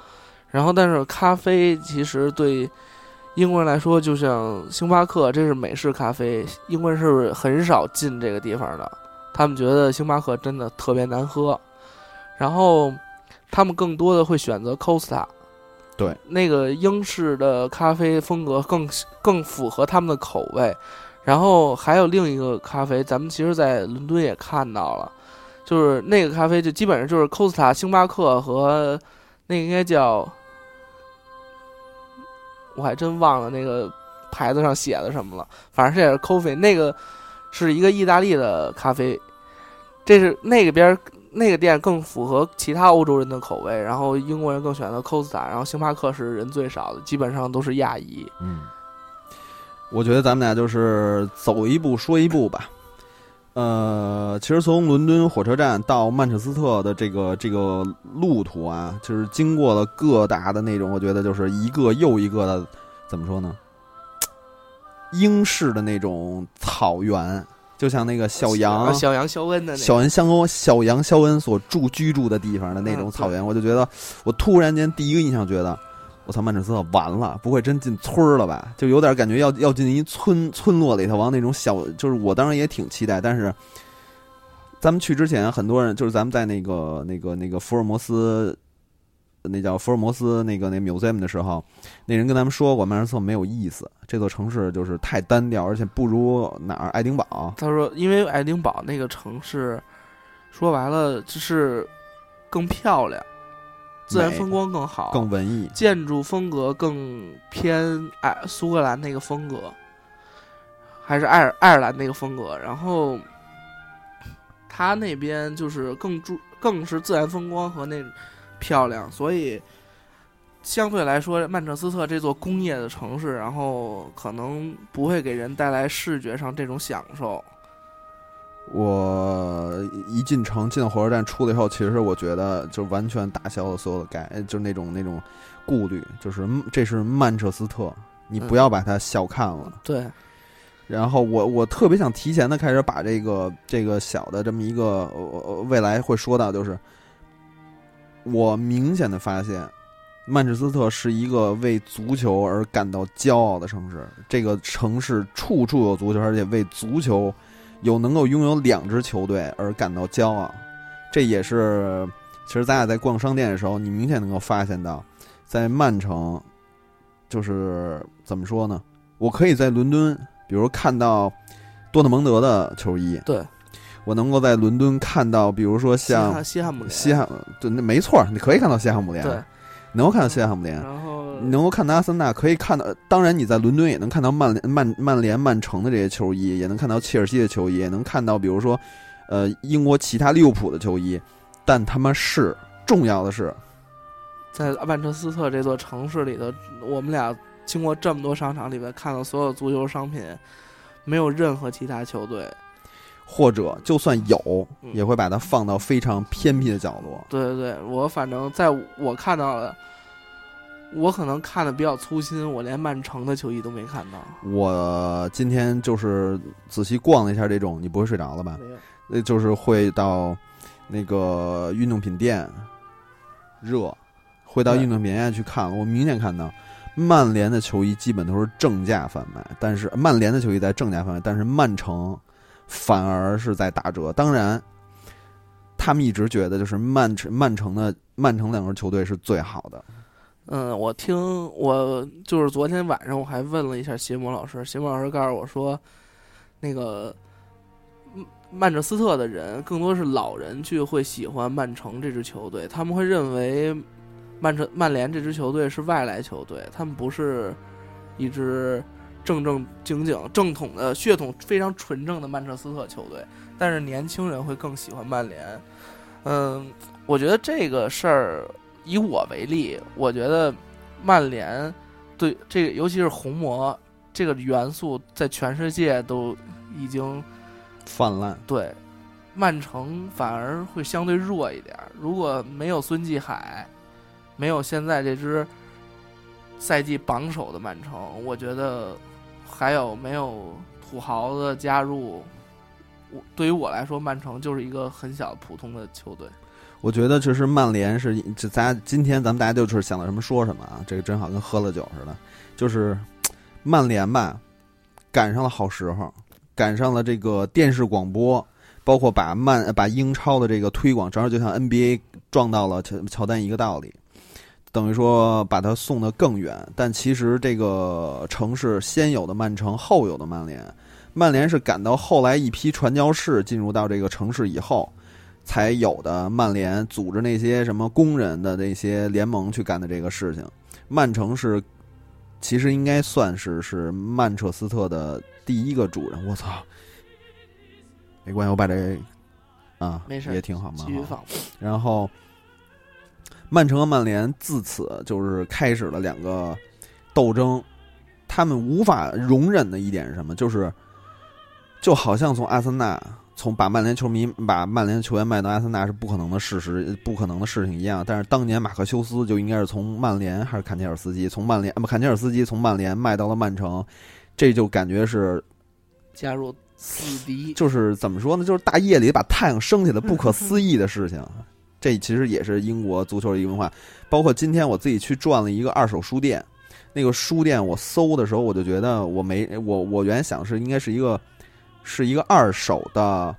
然后但是咖啡其实对英国人来说，就像星巴克，这是美式咖啡，英国人是很少进这个地方的，他们觉得星巴克真的特别难喝，然后他们更多的会选择 Costa。 对， 那个英式的咖啡风格更符合他们的口味。然后还有另一个咖啡，咱们其实在伦敦也看到了，就是那个咖啡就基本上就是 Costa、星巴克和那个应该叫，我还真忘了那个牌子上写的什么了，反正是也是 Coffee， 那个是一个意大利的咖啡，这是那个边那个店更符合其他欧洲人的口味，然后英国人更选择 Costa， 然后星巴克是人最少的，基本上都是亚裔。 我觉得咱们俩就是走一步说一步吧。其实从伦敦火车站到曼彻斯特的这个路途啊，就是经过了各大的那种，我觉得就是一个又一个的，怎么说呢？英式的那种草原，就像那个小杨肖恩的小杨肖恩所居住的地方的那种草原，我就觉得，我突然间第一个印象觉得，我操，曼彻斯特完了，不会真进村了吧？就有点感觉要进一村落里头，往那种小，就是我当然也挺期待，但是咱们去之前，很多人就是咱们在那个福尔摩斯，那叫福尔摩斯那 museum 的时候，那人跟咱们说过，曼彻斯特没有意思，这座城市就是太单调，而且不如哪儿爱丁堡。 他说，因为爱丁堡那个城市，说白了就是更漂亮。自然风光更好， 更文艺， 建筑风格更偏苏格兰那个风格，还是爱尔兰那个风格。然后他那边就是更是自然风光和那漂亮，所以相对来说，曼彻斯特这座工业的城市，然后可能不会给人带来视觉上这种享受。 我一进城，进了火车站出来以后，其实我觉得就完全打消了所有的就是那种顾虑，就是这是曼彻斯特，你不要把它小看了。 对。 然后我特别想提前的开始把这个小的这么一个未来会说到，就是我明显的发现，曼彻斯特是一个为足球而感到骄傲的城市。这个城市处处有足球，而且为足球能够拥有2支球队而感到骄傲。这也是其实咱俩在逛商店的时候，你明显能够发现到，在曼城就是怎么说呢，我可以在伦敦比如看到多特蒙德的球衣， 对， 我能够在伦敦看到比如说像西汉姆联， 对，那没错，你可以看到西汉姆联， 对， 能够看到西汉姆联， 然后你能够看到阿森纳，可以看到，当然你在伦敦也能看到曼联、曼城的这些球衣，也能看到切尔西的球衣，也能看到比如说英国其他利物浦的球衣，但他们是重要的是， 在曼彻斯特这座城市里的，我们俩经过这么多商场里面看到所有足球商品，没有任何其他球队， 或者就算有，也会把它放到非常偏僻的角落。 对对对，我反正在我看到了，我可能看的比较粗心，我连曼城的球衣都没看到。 我今天就是仔细逛了一下这种，你不会睡着了吧？ 没有， 就是会到那个运动品店，会到运动品店去看。我明显看到曼联的球衣基本都是正价贩卖，但是曼联的球衣在正价贩卖，但是曼城反而是在打折。当然他们一直觉得就是曼城两支球队是最好的。 我就是昨天晚上我还问了一下邪魔老师，邪魔老师告诉我说，那个曼彻斯特的人更多是老人会喜欢曼城这支球队，他们会认为曼联这支球队是外来球队，他们不是一支正统的血统非常纯正的曼彻斯特球队，但是年轻人会更喜欢曼联。我觉得这个事儿，以我为例，我觉得曼联对这个，尤其是红魔这个元素，在全世界都已经泛滥。 对，曼城反而会相对弱一点。如果没有孙继海，没有现在这支赛季榜首的曼城，我觉得还有没有土豪的加入，对于我来说，曼城就是一个很小普通的球队。 我觉得就是曼联是，今天咱们大家就是想到什么说什么啊，这个真好，跟喝了酒似的。就是曼联吧，赶上了好时候，赶上了这个电视广播，包括把英超的这个推广，正好就像 NBA 撞到了乔丹一个道理，等于说把它送得更远。但其实这个城市先有的曼城，后有的曼联，曼联是赶到后来一批传教士进入到这个城市以后。才有的曼联组织那些什么工人的那些联盟去干的这个事情，曼城是其实应该算是曼彻斯特的第一个主人。我操，没关系，我把这没事也挺好嘛。 继续放。 然后曼城和曼联自此就是开始了两个斗争，他们无法容忍的一点是什么？就好像从阿森纳。把曼联球迷把曼联球员卖到阿森纳是不可能的事情一样，但是当年马克修斯就应该是从曼联还是坎切尔斯基从曼联卖到了曼城，这就感觉是加入死敌， 就是怎么说呢？就是大夜里把太阳升起来不可思议的事情。这其实也是英国足球的一个文化。包括今天我自己去转了一个二手书店，那个书店我搜的时候，我就觉得我原想是应该是一个二手的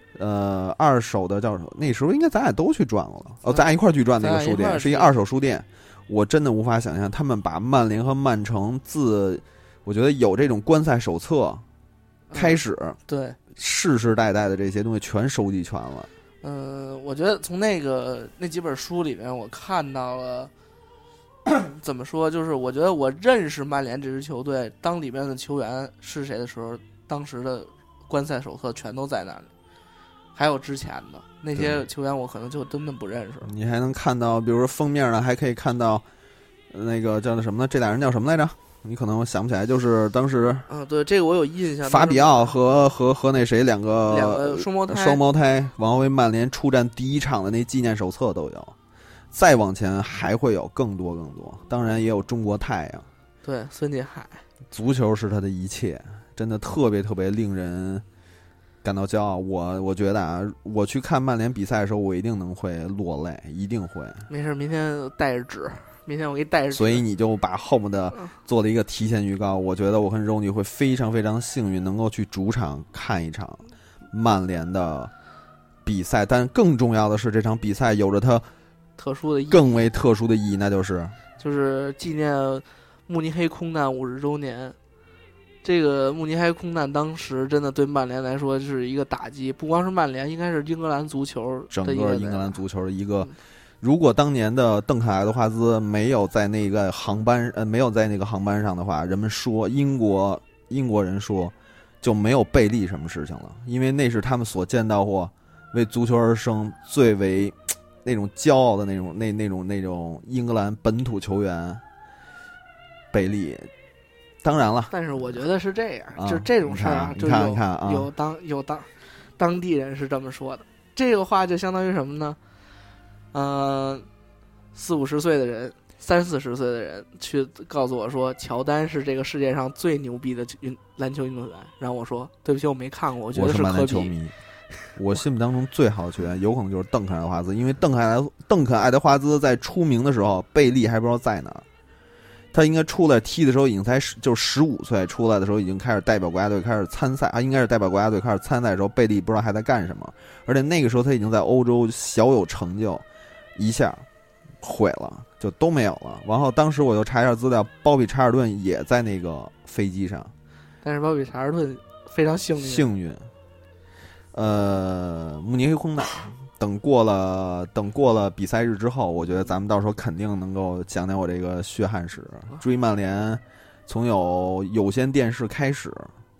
叫什么？那时候应该咱俩都去转过了，咱俩一块儿去转那个书店，是一个二手书店。我真的无法想象他们把曼联和曼城我觉得有这种观赛手册开始， 对， 世世代代的这些东西全收集全了。 我觉得从那几本书里面，我看到了怎么说，就是我觉得我认识曼联这支球队，当里面的球员是谁的时候，当时的观赛手册全都在那里，还有之前的那些球员，我可能就根本不认识。 你还能看到，比如说封面呢，还可以看到那个叫什么呢？这俩人叫什么来着？你可能想不起来，就是当时对，这个我有印象。 法比奥和那谁两个双胞胎，然后为曼联出战第一场的那纪念手册都有。再往前还会有更多，当然也有中国太阳。 对，孙继海。 足球是他的一切。真的特别特别令人感到骄傲。我觉得啊，我去看曼联比赛的时候，我一定能会落泪，一定会。 没事，明天带着纸，明天我给你带着纸。 所以你就把后面的做了一个提前预告。我觉得我跟肉女会非常非常幸运，能够去主场看一场曼联的比赛。但更重要的是，这场比赛有着它特殊的意义， 更为特殊的意义，那就是纪念慕尼黑空难50周年。这个慕尼黑空难当时真的对曼联来说是一个打击，不光是曼联，应该是英格兰足球整个英格兰足球的一个。如果当年的邓肯·爱德华兹没有在那个航班上的话，人们说英国人说就没有贝利什么事情了，因为那是他们所见到过为足球而生最为那种骄傲的那种英格兰本土球员贝利。当然了， 但是我觉得是这样，就这种事儿啊，就有当地人是这么说的。这个话就相当于什么呢？40-50岁的人，30-40岁的人去告诉我说，乔丹是这个世界上最牛逼的篮球运动员。然后我说，对不起，我没看过，我觉得是曼联球迷。我心目当中最好的球员有可能就是邓肯·爱德华兹，因为邓肯·爱德华兹在出名的时候，贝利还不知道在哪儿。他应该出来踢的时候已经才15岁，出来的时候已经开始代表国家队开始参赛，应该是代表国家队开始参赛的时候，贝利不知道还在干什么，而且那个时候他已经在欧洲小有成就，一下毁了，就都没有了。然后当时我又查一下资料，鲍比查尔顿也在那个飞机上， 但是鲍比查尔顿非常幸运。 慕尼黑空难。等过了比赛日之后，我觉得咱们到时候肯定能够讲讲我这个血汗史。追曼联从有线电视开始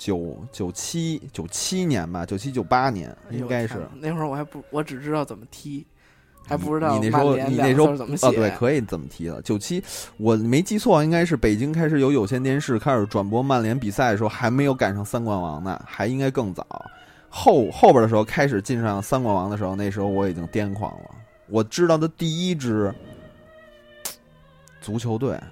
，97年吧，97-98年应该是。 那会儿我只知道怎么踢，还不知道你那时候怎么写。 对，可以怎么踢了。97我没记错，应该是北京开始有线电视开始转播曼联比赛的时候，还没有赶上三冠王呢，还应该更早。后边的时候开始进上三冠王的时候，那时候我已经癫狂了。我知道的第一支足球队，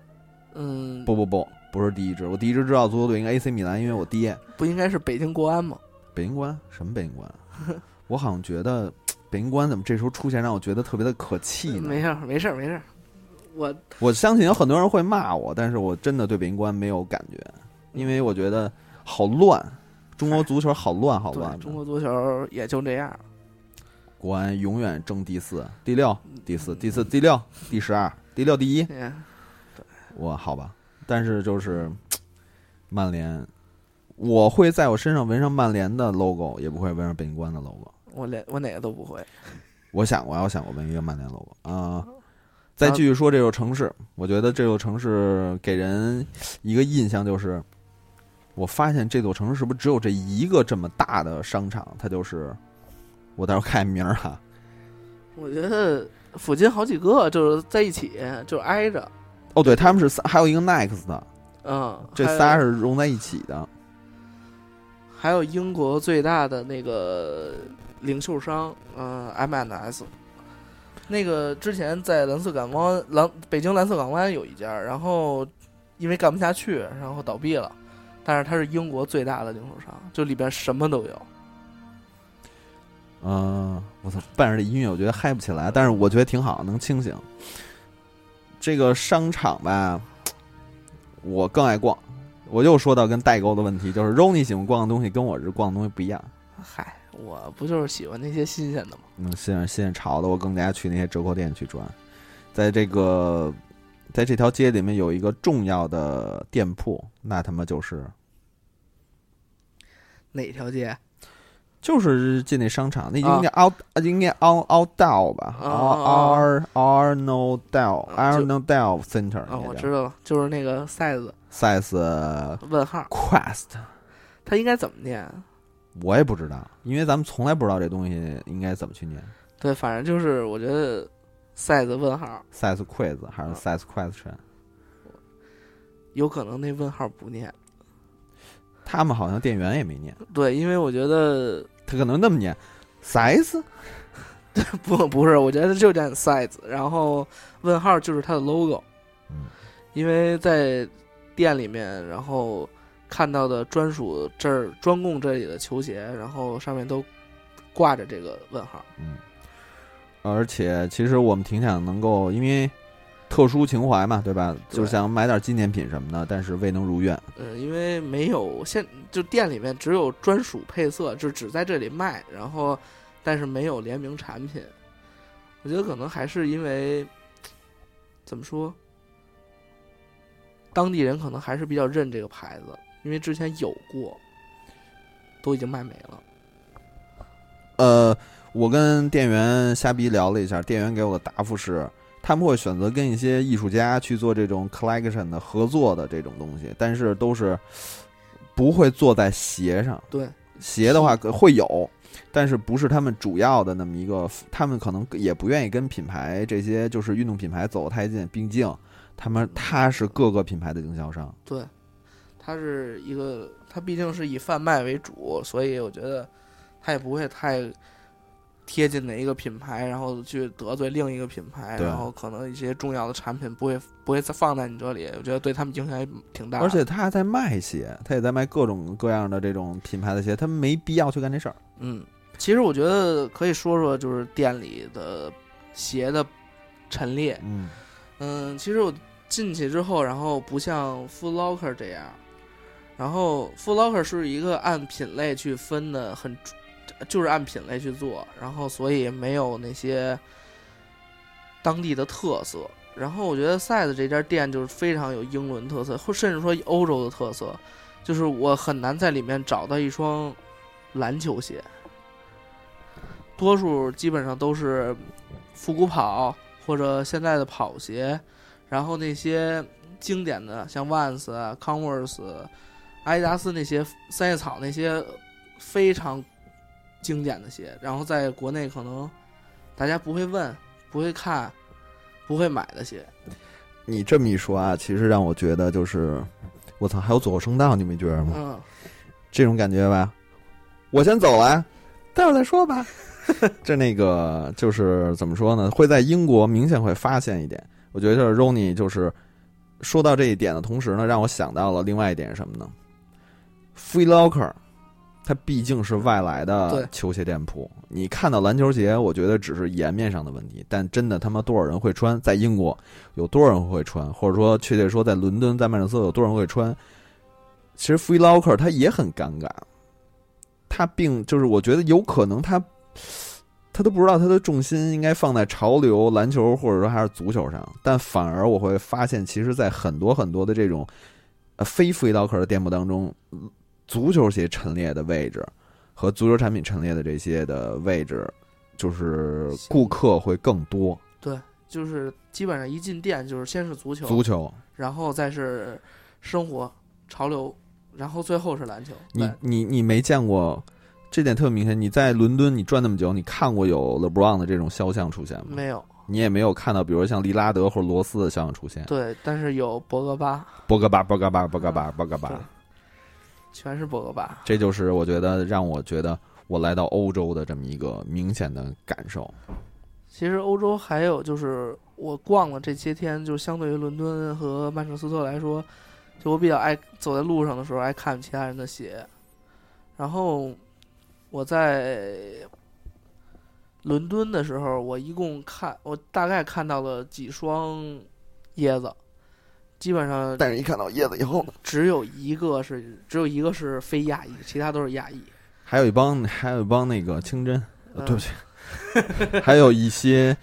不是第一支，我第一支知道足球队应该 AC 米兰，因为我爹。 不应该是北京国安吗？ 北京国安什么北京国安？我好像觉得北京国安怎么这时候出现，让我觉得特别的可气呢？ 没事， 我相信有很多人会骂我，但是我真的对北京国安没有感觉，因为我觉得好乱，中国足球好乱好乱。 中国足球也就这样。 国安永远争第4、第6、第4、第4、第6、第12、第6、第1。 对， 我好吧，但是就是曼联，我会在我身上纹上曼联的 logo， 也不会纹上北京国安的 logo。 我哪个都不会。 我想过纹一个曼联 logo 啊。再继续说这座城市，我觉得这座城市给人一个印象就是，我发现这座城市是不是只有这一个这么大的商场？它就是，我待会儿看名儿哈。 我觉得附近好几个就是在一起，就挨着。 哦，对，他们是还有一个 Next 的，这仨是融在一起的。 还有英国最大的那个零售商，M&S。那个之前在北京蓝色港湾有一家，然后因为干不下去，然后倒闭了。但是它是英国最大的零售商，就里边什么都有。 我操，伴着这音乐我觉得嗨不起来，但是我觉得挺好，能清醒。这个商场吧，我更爱逛。我又说到跟代沟的问题，就是 Ronnie 喜欢逛的东西跟我这逛的东西不一样。 嗨，我不就是喜欢那些新鲜的吗？ 新鲜潮的，我更加去那些折扣店去转。在这条街里面有一个重要的店铺，那他妈就是哪条街？ 就是进那商场，那应该 Arnold 吧，Arnold Center。 我知道了，就是那个 size 问号 Quest， 它应该怎么念？ 我也不知道，因为咱们从来不知道这东西应该怎么去念。 对，反正就是我觉得 size 问号 size quiz 还是 size question， 有可能那问号不念。 他们好像店员也没念。 对，因为我觉得他可能那么念 size， 不是，我觉得就念 size， 然后问号就是它的 logo。因为在店里面，然后看到的专供这里的球鞋，然后上面都挂着这个问号。 而且其实我们挺想能够，因为特殊情怀嘛，对吧？就想买点纪念品什么的，但是未能如愿。 因为没有就店里面只有专属配色，就只在这里卖，然后但是没有联名产品。我觉得可能还是因为怎么说，当地人可能还是比较认这个牌子，因为之前有过，都已经卖没了。我跟店员瞎逼聊了一下，店员给我的答复是，他们会选择跟一些艺术家去做这种 collection 的合作的这种东西，但是都是不会做在鞋上。 对， 鞋的话会有，但是不是他们主要的那么一个，他们可能也不愿意跟品牌这些就是运动品牌走太近，毕竟他是各个品牌的经销商。 对，他毕竟是以贩卖为主，所以我觉得他也不会太贴近哪一个品牌，然后去得罪另一个品牌，然后可能一些重要的产品不会再放在你这里，我觉得对他们影响也挺大的。 而且他还在卖鞋，他也在卖各种各样的这种品牌的鞋，他没必要去干这事儿。 其实我觉得可以说说就是店里的鞋的陈列。其实我进去之后，然后不像 Foot Locker 这样，然后 Foot Locker 是一个按品类去分的，就是按品类去做，然后所以没有那些当地的特色。然后我觉得 size 这家店就是非常有英伦特色，或甚至说欧洲的特色，就是我很难在里面找到一双篮球鞋，多数基本上都是复古跑或者现在的跑鞋，然后那些经典的像 Vans、Converse、阿迪达斯那些三叶草那些非常经典的鞋，然后在国内可能大家不会问、不会看、不会买的鞋。 你这么一说啊，其实让我觉得就是我操，还有左声道，你没觉得吗？这种感觉吧，我先走了，待会儿再说吧。这那个就是怎么说呢？会在英国明显会发现一点，我觉得 Ronnie 就是说到这一点的同时呢，让我想到了另外一点是什么呢？Foot Locker 它毕竟是外来的球鞋店铺。你看到篮球鞋，我觉得只是颜面上的问题，但真的他妈多少人会穿？在英国有多少人会穿？或者说确切说，在伦敦、在曼彻斯特有多少人会穿？其实 Foot Locker 他也很尴尬，他并就是我觉得有可能他都不知道他的重心应该放在潮流篮球或者说还是足球上，但反而我会发现，其实在很多很多的这种非Foot Locker的店铺当中，足球鞋陈列的位置和足球产品陈列的这些的位置，就是顾客会更多。 对，就是基本上一进店就是先是足球， 然后再是生活潮流，然后最后是篮球。 你没见过？这点特别明显。你在伦敦，你转那么久，你看过有 LeBron 的这种肖像出现吗？ 没有。 你也没有看到，比如像利拉德或者罗斯的肖像出现。 对，但是有博格巴，全是博格巴。 这就是我觉得让我觉得我来到欧洲的这么一个明显的感受。 其实欧洲还有就是我逛了这些天，就相对于伦敦和曼彻斯特来说，就我比较爱走在路上的时候爱看其他人的鞋，然后我在伦敦的时候，我大概看到了几双椰子，基本上。 但是一看到椰子以后， 只有一个是非亚裔，其他都是亚裔。 还有一帮那个清真，对不起，还有一些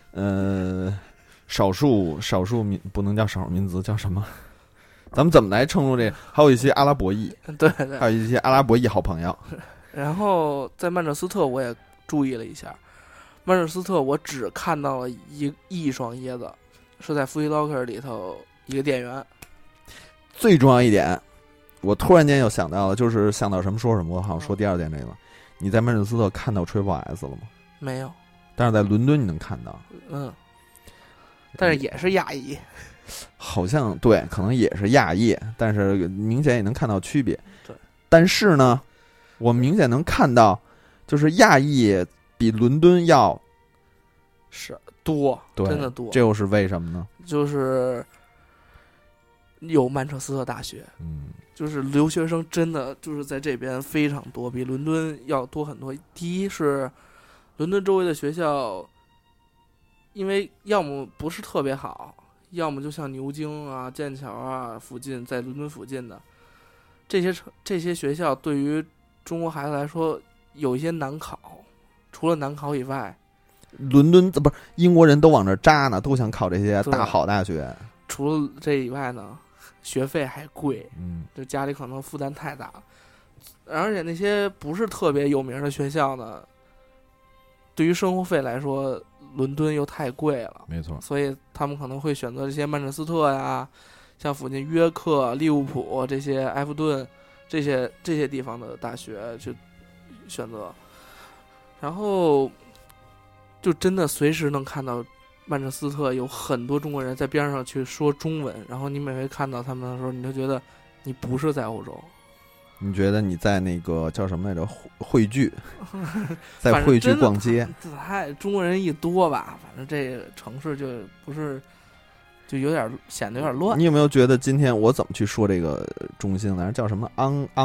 少数民不能叫少数民族，叫什么？咱们怎么来称呼这个？还有一些阿拉伯裔， 对， 还有一些阿拉伯裔好朋友。 然后在曼彻斯特我也注意了一下，曼彻斯特我只看到了一双椰子，是在 Foot Locker 里头一个店员。 最重要一点，我突然间又想到了，就是想到什么说什么。我好像说第二点这个，你在曼彻斯特看到 Triple S 了吗？ 没有， 但是在伦敦你能看到。 但是也是亚裔。 好像对，可能也是亚裔，但是明显也能看到区别。 对， 但是呢，我明显能看到，就是亚裔比伦敦要是多， 对， 真的多。 这又是为什么呢？ 就是有曼彻斯特大学，就是留学生真的就是在这边非常多，比伦敦要多很多。第一是伦敦周围的学校，因为要么不是特别好，要么就像牛津啊、剑桥啊附近，在伦敦附近的这些学校，对于中国孩子来说有一些难考。除了难考以外， 伦敦不是英国人都往这扎呢，都想考这些大好大学。 除了这以外呢，学费还贵，就家里可能负担太大了。而且那些不是特别有名的学校呢，对于生活费来说，伦敦又太贵了， 没错， 所以他们可能会选择这些曼彻斯特呀，像附近约克、利物浦这些、埃弗顿这些地方的大学去选择。然后就真的随时能看到曼彻斯特有很多中国人在边上去说中文，然后你每回看到他们的时候，你就觉得你不是在欧洲， 你觉得你在那个叫什么来着汇聚，在汇聚逛街， 中国人一多吧，反正这个城市就不是，就有点显得有点乱。 你有没有觉得今天我怎么去说这个中心来着？叫什么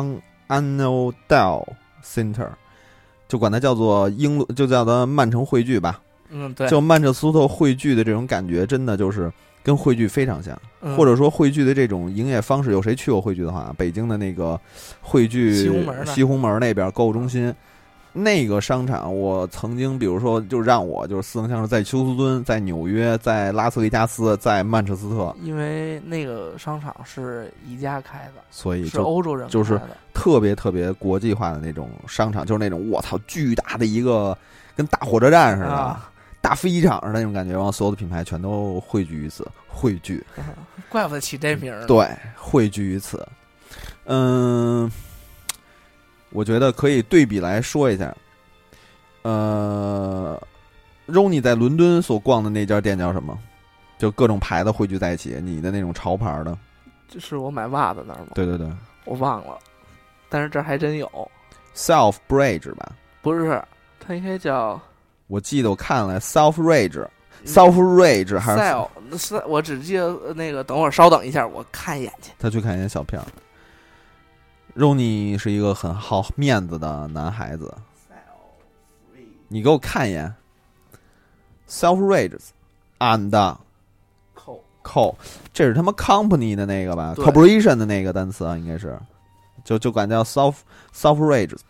Arundel Center， 就管它叫做就叫它曼城汇聚吧。 对， 就曼彻斯特汇聚的这种感觉，真的就是跟汇聚非常像，或者说汇聚的这种营业方式，有谁去过汇聚的话，北京的那个汇聚西红门那边购物中心，那个商场，我曾经比如说就让我就是似曾相识，在休斯敦、在纽约、在拉斯维加斯、在曼彻斯特， 因为那个商场是宜家开的， 所以是欧洲人开的， 就是特别特别国际化的那种商场，就是那种我操巨大的一个跟大火车站似的。大飞机场似的那种感觉，然后所有的品牌全都汇聚于此，汇聚， 怪不得起这名儿。 对，汇聚于此。我觉得可以对比来说一下。Ronnie 在伦敦所逛的那家店叫什么？就各种牌子汇聚在一起，你的那种潮牌的。 这是我买袜子那儿吗？ 对对对， 我忘了，但是这还真有。 Selfridge 吧？ 不是，它应该叫。 我记得我看了 Selfridge 还是我只记得那个，等会儿稍等一下，我看一眼去。 他去看一眼小票。 Ronnie 是一个很好面子的男孩子，你给我看一眼 ，Selfridges and Co， 这是他妈 company 的那个吧 ，corporation 的那个单词啊，应该是，就管叫 Selfridges。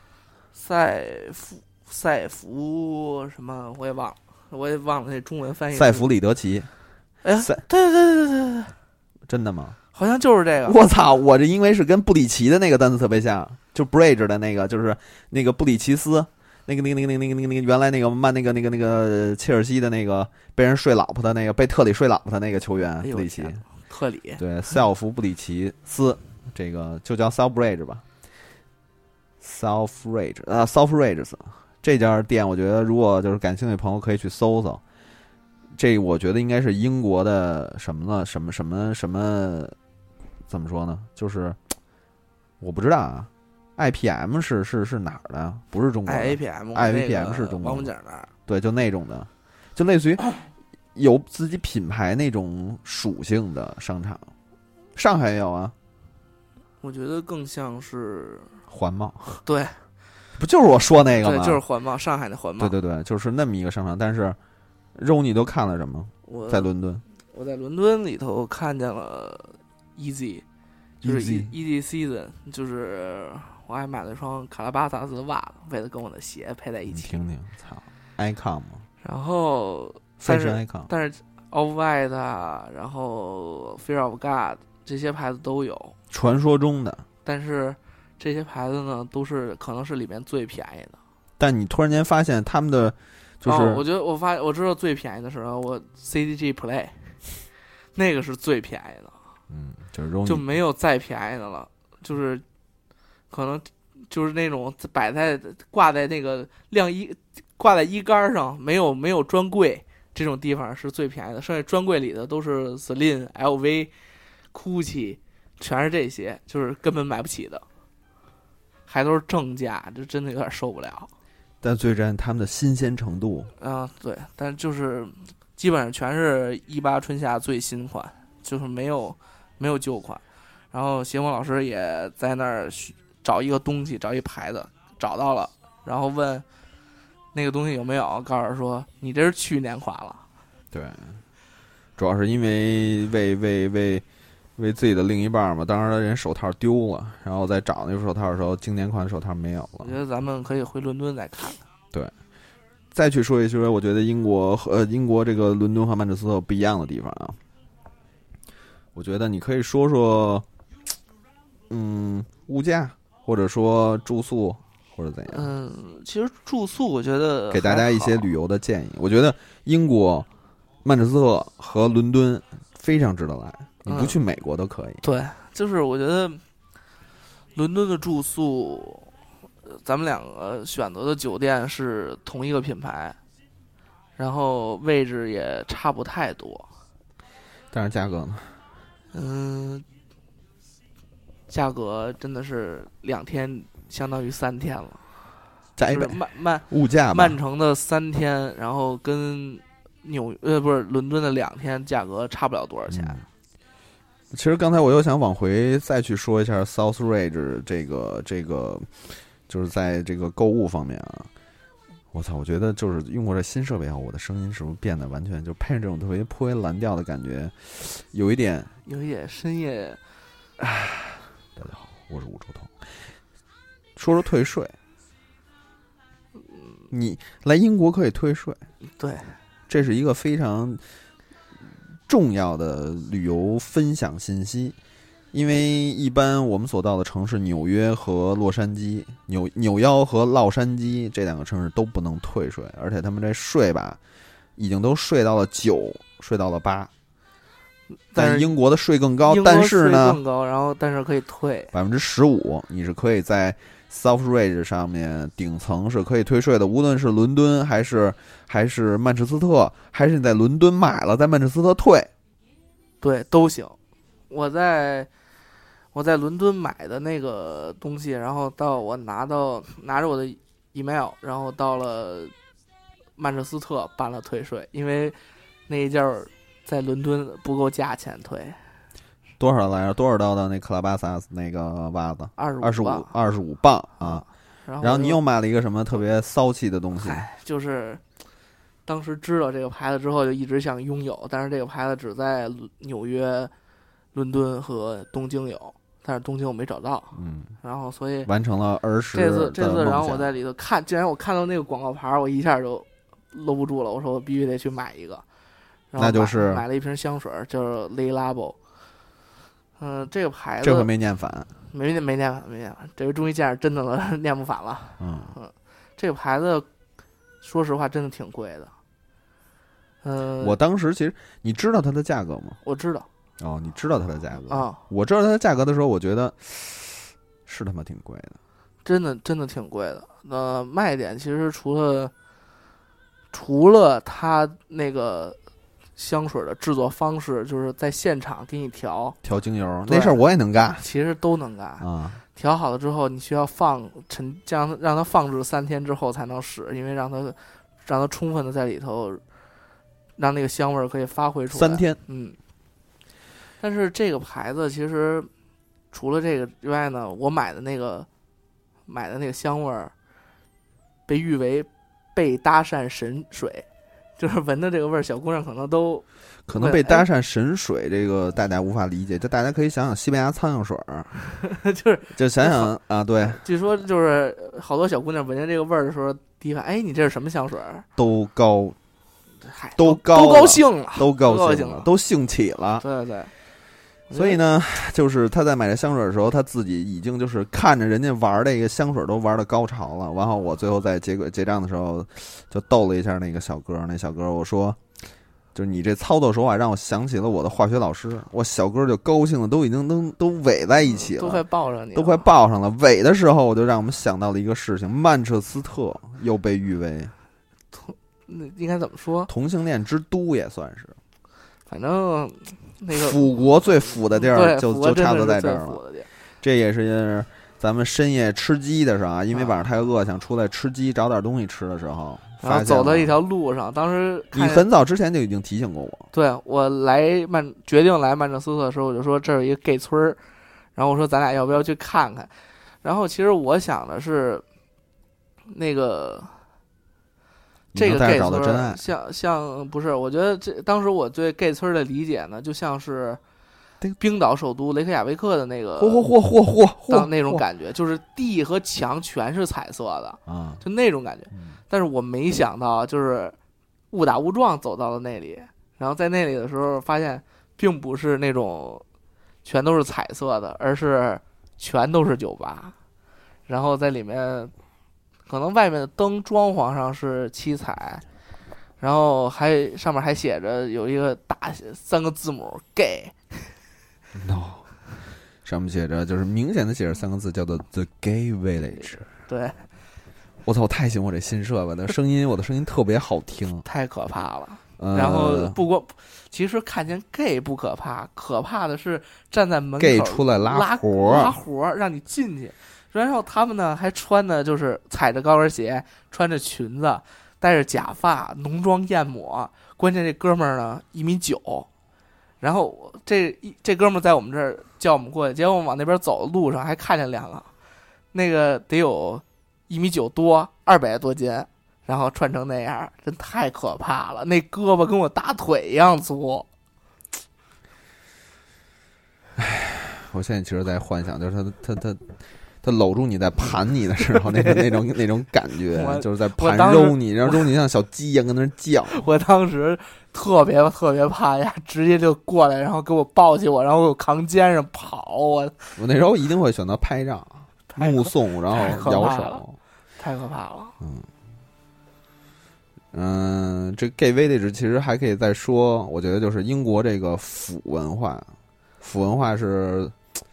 赛弗什么我也忘了那中文翻译。 塞弗里德奇。 哎呀，对， 真的吗？ 好像就是这个。 我操！我这因为是跟布里奇的那个单词特别像，就 bridge 的那个，就是那个布里奇斯，那个原来那个切尔西的那个被人睡老婆的那个被特里睡老婆的那个球员布里奇。 特里。 对，塞尔弗布里奇斯，这个就叫 Selfridges 吧。Selfridges 这家店，我觉得如果就是感兴趣的朋友可以去搜搜。这我觉得应该是英国的什么呢？什么？怎么说呢？就是我不知道啊。IPM 是哪儿的？不是中国的。IPM 是中国的。王府井那儿。对，就那种的，就类似于有自己品牌那种属性的商场。上海也有啊。 我觉得更像是环贸。 对， 不就是我说那个吗？ 对，就是环贸，上海的环贸。 对，就是那么一个商场。但是肉你都看了什么？在伦敦。 我在伦敦里头看见了 Easy， 就是 Easy Season， 就是我还买了一双卡拉巴萨斯的袜子，为了跟我的鞋配在一起。 你听听，操 ，Icon 嘛。然后，但是 Off White 啊，然后 Fear of God 这些牌子都有。 传说中的。 但是这些牌子呢，都是可能是里面最便宜的。 但你突然间发现他们的。就是， 我觉得我知道最便宜的时候，我 CDG Play 那个是最便宜的，就没有再便宜的了，就是可能就是那种挂在那个挂在衣杆上，没有专柜这种地方是最便宜的，剩下专柜里的都是 Celine、LV、GUCCI， 全是这些，就是根本买不起的，还都是正价，这真的有点受不了。 但最占他们的新鲜程度啊，对，但就是基本上全是18春夏最新款，就是没有旧款。然后邪魔老师也在那儿找一个东西，找一牌子，找到了，然后问那个东西有没有，告诉说你这是去年款了。 对，主要是因为为自己的另一半嘛，当时人手套丢了，然后在找那个手套的时候，经典款手套没有了。 我觉得咱们可以回伦敦再看看。 对，再去说一说，我觉得英国这个伦敦和曼彻斯特有不一样的地方啊。我觉得你可以说说，物价，或者说住宿，或者怎样。 其实住宿我觉得给大家一些旅游的建议。我觉得英国曼彻斯特和伦敦非常值得来。你不去美国都可以。 对，就是我觉得伦敦的住宿，咱们两个选择的酒店是同一个品牌，然后位置也差不太多。 但是价格呢？ 价格真的是2天相当于3天了。 就是物价曼城的3天，然后跟不是伦敦的2天，价格差不了多少钱。 其实刚才我又想往回再去说一下 Selfridges 这个，就是在这个购物方面啊，我操！我觉得就是用过这新设备后，我的声音是不是变得完全就配上这种特别颇为蓝调的感觉，有一点深夜。 大家好，我是武周彤。说说退税，你来英国可以退税， 对， 这是一个非常重要的旅游分享信息，因为一般我们所到的城市纽约和洛杉矶、纽腰和洛杉矶这2个城市都不能退税，而且他们这税吧，已经都税到了9，税到了8。但英国的税更高，但是呢， 更高，然后但是可以退 15%，你是可以在 Selfridges 上面顶层是可以退税的，无论是伦敦还是曼彻斯特，还是你在伦敦买了在曼彻斯特退， 对，都行。我在伦敦买的那个东西，然后到我拿着我的 email， 然后到了曼彻斯特办了退税，因为那一件在伦敦不够价钱退。 多少来着？多少刀的那克拉巴萨斯那个袜子？25磅啊。然后你又买了一个什么特别骚气的东西？ 就是当时知道这个牌子之后，就一直想拥有，但是这个牌子只在纽约、伦敦和东京有，但是东京我没找到。然后所以完成了儿时这次，然后我在里头看，既然我看到那个广告牌，我一下就搂不住了，我说我必须得去买一个。然后那就是买了一瓶香水，叫 Le Labo。这个牌子这回没念反， 没念反，这回终于见着真的了，念不反了。这个牌子说实话真的挺贵的。 我当时其实你知道它的价格吗？ 我知道。 哦，你知道它的价格啊？ 我知道它的价格的时候，我觉得是他妈挺贵的， 真的挺贵的。卖点其实除了它那个香水的制作方式，就是在现场给你调精油，那事儿我也能干， 其实都能干啊。 调好了之后，你需要让它放置3天之后才能使，因为让它充分的在里头，让那个香味可以发挥出来。3 天， 但是这个牌子其实除了这个之外呢，我买的那个香味儿，被誉为被搭讪神水。就是闻的这个味儿，小姑娘可能被搭讪神水，这个大家无法理解。就大家可以想想西班牙苍蝇水儿，就想想啊，对。 据说就是好多小姑娘闻见这个味儿的时候，第一反应，你这是什么香水？ 都高兴了， 都兴起了。 对。 所以呢，就是他在买这香水的时候，他自己已经就是看着人家玩这个香水都玩到高潮了。然后我最后在结账的时候，就逗了一下那个小哥。那小哥我说，就是你这操作手法让我想起了我的化学老师。我小哥就高兴的都已经都围在一起了， 都快抱上你了， 都快抱上了。围的时候，我就让我们想到了一个事情：曼彻斯特又被誉为， 那应该怎么说？ 同性恋之都也算是。 反正。那个腐国最腐的地儿就差不多在这儿了。这也是咱们深夜吃鸡的时候啊，因为晚上太饿，想出来吃鸡找点东西吃的时候， 然后走到一条路上，当时你很早之前就已经提醒过我。 对，我决定来曼彻斯特的时候，我就说这儿有一个 gay 村儿，然后我说咱俩要不要去看看？然后其实我想的是那个。这个 gay 村像不是，我觉得当时我对 gay 村的理解呢，就像是冰岛首都雷克雅未克的那个当那种感觉，就是地和墙全是彩色的啊， 就那种感觉。但是我没想到，就是误打误撞走到了那里，然后在那里的时候发现，并不是那种全都是彩色的，而是全都是酒吧，然后在里面。可能外面的灯装潢上是七彩，然后上面还写着有一个大3个字母 gay。No， 上面写着就是明显的写着3个字，叫做 The Gay Village。 对， 我操，我太喜欢我这新设备了，我的声音特别好听， 太可怕了。然后其实看见 gay 不可怕，可怕的是站在门口 gay 出来拉活让你进去。然后他们呢还穿的就是踩着高跟鞋，穿着裙子，戴着假发，浓妆艳抹。关键这哥们儿呢1.9米，然后这哥们儿在我们这儿叫我们过去，结果我们往那边走的路上还看见2个，那个得有1.9米多，200多斤，然后穿成那样，真太可怕了。那胳膊跟我大腿一样粗。 唉，我现在其实在幻想，就是他搂住你在盘你的时候，那种感觉，就是在盘揉你，然后揉你像小鸡一样跟那叫。 我当时特别怕呀，直接就过来，然后给我抱起我，然后我扛肩上跑。我那时候一定会选择拍照、目送，然后摇手， 太可怕了。 这 gay village 其实还可以再说，我觉得就是英国这个腐文化是，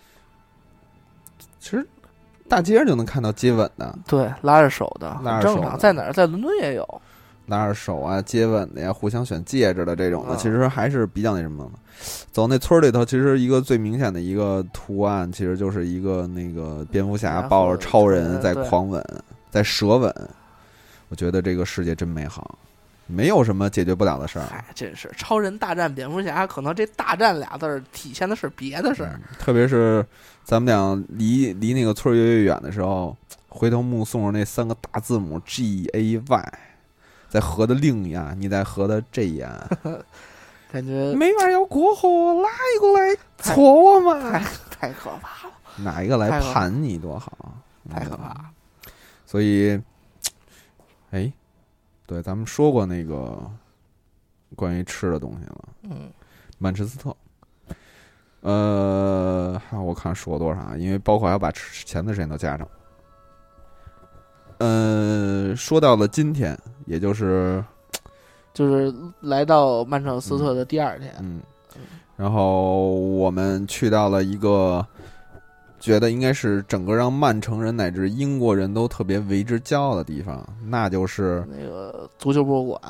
其实。大街上就能看到接吻的， 对，拉着手的，正常。在哪儿？在伦敦也有拉着手啊、接吻的呀，互相选戒指的这种的，其实还是比较那什么的。走那村里头，其实一个最明显的一个图案，其实就是一个那个蝙蝠侠抱着超人在狂吻，在舌吻。我觉得这个世界真美好。 没有什么解决不了的事儿。 嗨，真是超人大战蝙蝠侠，可能这大战俩字儿体现的是别的事儿。 特别是咱们俩离那个村越远的时候，回头目送着那3个大字母 GAY， 在河的另一岸，你在河的这一岸， 感觉没法要过河，哪一个来戳我嘛？ 太可怕了， 哪一个来盘你多好？ 太可怕了。 所以，哎，对，咱们说过那个关于吃的东西了。曼彻斯特。我看说多少，因为包括还要把吃钱的时间都加上。说到了今天，也就是来到曼彻斯特的第2天。 然后我们去到了一个觉得应该是整个让曼城人乃至英国人都特别为之骄傲的地方，那就是那个足球博物馆。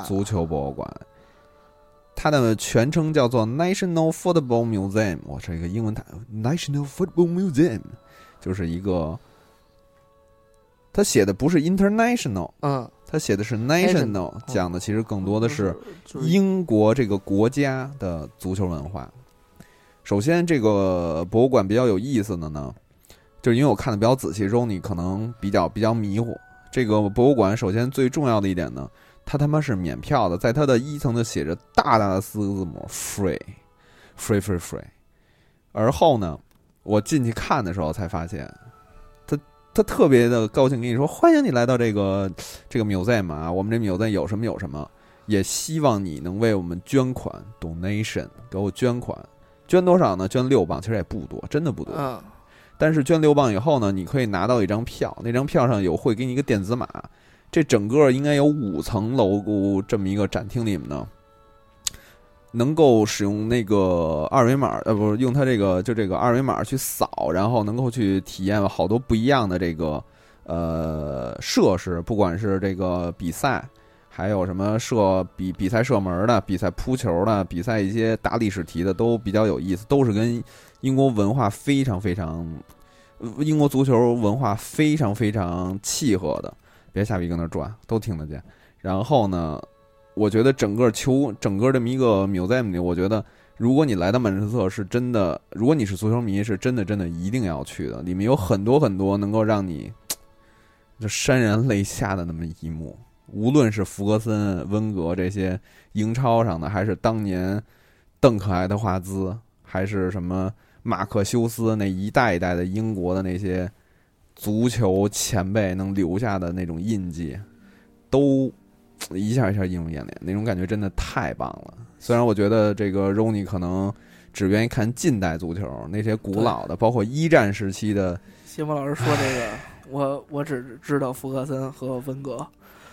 它的全称叫做 National Football Museum， 我这个英文台 National Football Museum 就是一个，他写的不是 international， 他写的是 national， 讲的其实更多的是英国这个国家的足球文化。首先，这个博物馆比较有意思的呢，就是因为我看的比较仔细，你可能比较迷糊。这个博物馆首先最重要的一点呢，它他妈是免票的，在它的1层就写着大大的4个字母 free。而后呢，我进去看的时候才发现，他特别的高兴跟你说，欢迎你来到这个 museum 啊，我们这 museum 有什么，也希望你能为我们捐款 donation， 给我捐款。捐多少呢？捐6磅，其实也不多，真的不多。但是捐6磅以后呢，你可以拿到一张票，那张票上会给你一个电子码。这整个应该有5层楼这么一个展厅里面呢，能够使用那个二维码，不是用它这个二维码去扫，然后能够去体验好多不一样的这个设施，不管是这个比赛。还有什么比赛射门的，比赛扑球的，比赛一些大历史题的，都比较有意思，都是跟英国文化非常英国足球文化非常契合的。别下笔跟那转，都听得见。然后呢，我觉得整个这么一个 museum 里，我觉得如果你来到曼彻斯特是真的，如果你是足球迷，是真的一定要去的。里面有很多能够让你就潸然泪下的那么一幕。无论是福格森、温格这些英超上的，还是当年邓肯、爱德华兹，还是什么马克修斯那一代一代的英国的那些足球前辈能留下的那种印记，都一下映入眼帘，那种感觉真的太棒了。虽然我觉得这个 Ronnie 可能只愿意看近代足球，那些古老的，包括1战时期的。 谢峰老师说这个，我只知道福格森和温格。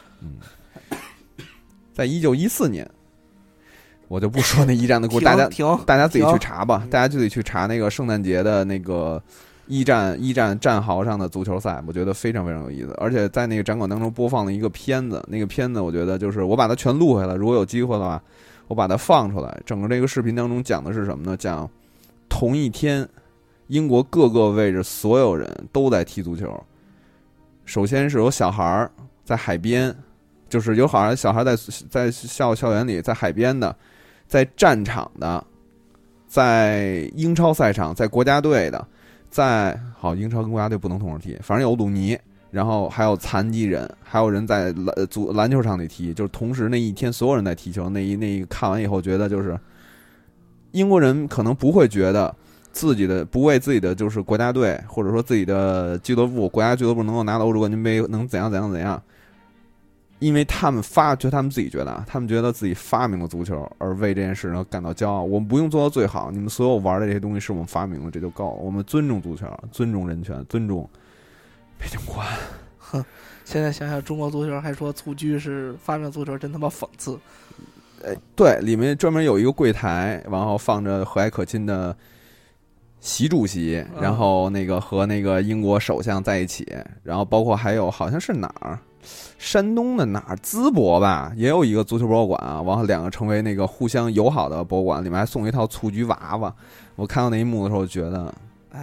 在1914年，我就不说那1战的故事，大家自己去查吧，大家就得去查那个圣诞节的那个一战战壕上的足球赛，我觉得非常有意思。而且在那个展馆当中播放了一个片子，那个片子我觉得就是我把它全录下来，如果有机会的话，我把它放出来。整个这个视频当中讲的是什么呢？讲同一天，英国各个位置所有人都在踢足球。首先是有小孩在海边。就是有小孩在校园里，在海边的，在战场的，在英超赛场，在国家队的，英超跟国家队不能同时踢，反正有鲁尼，然后还有残疾人，还有人在篮球场里踢，就是同时那一天所有人在踢球。那一看完以后，觉得就是英国人可能不会觉得不为自己的就是国家队或者说自己的国家俱乐部能够拿到欧洲冠军杯，能怎样。因为他们自己觉得他们觉得自己发明了足球，而为这件事呢感到骄傲。我们不用做到最好，你们所有玩的这些东西是我们发明的，这就够了。我们尊重足球，尊重人权，尊重北京国安。 现在想想，中国足球还说蹴鞠是发明足球，真他妈讽刺。 对，里面专门有一个柜台，然后放着和蔼可亲的习主席，然后那个和那个英国首相在一起，然后包括还有好像是哪儿。山东的哪儿淄博吧，也有一个足球博物馆啊，然后2个成为那个互相友好的博物馆，里面还送一套蹴鞠娃娃。我看到那一幕的时候，觉得，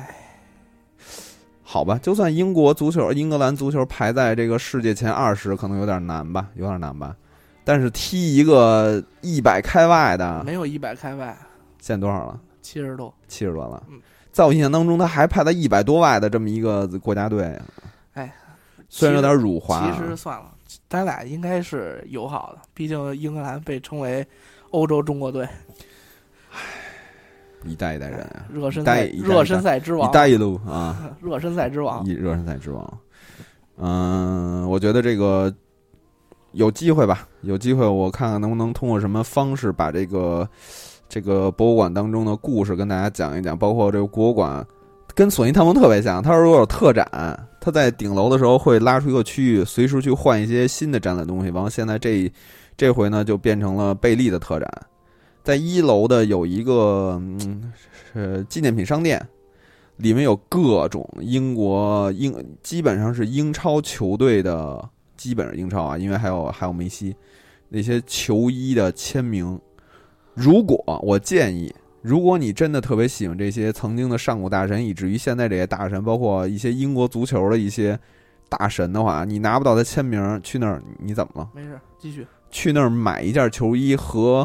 好吧，就算英格兰足球排在这个世界前20，可能有点难吧， 但是踢一个100开外的， 没有100开外， 现在多少了 ？70多了。 嗯， 在我印象当中，他还派在100多外的这么一个国家队。 哎， 虽然有点辱华， 其实算了，咱俩应该是友好的，毕竟英格兰被称为欧洲中国队。 一代一代人啊， 热身赛之王， 一带一路啊， 热身赛之王， 热身赛之王。我觉得这个有机会吧，有机会我看看能不能通过什么方式把这个博物馆当中的故事跟大家讲一讲，包括这个博物馆跟索尼探梦特别像，它如果有特展，它在顶楼的时候会拉出一个区域，随时去换一些新的展览东西。完了，现在这回呢就变成了贝利的特展。在1楼的有一个纪念品商店，里面有各种基本上是英超球队的，基本上英超啊，因为还有梅西那些球衣的签名。我建议，如果你真的特别喜欢这些曾经的上古大神，以至于现在这些大神，包括一些英国足球的一些大神的话，你拿不到他签名，去那儿你怎么了？ 没事，继续。 去那儿买一件球衣和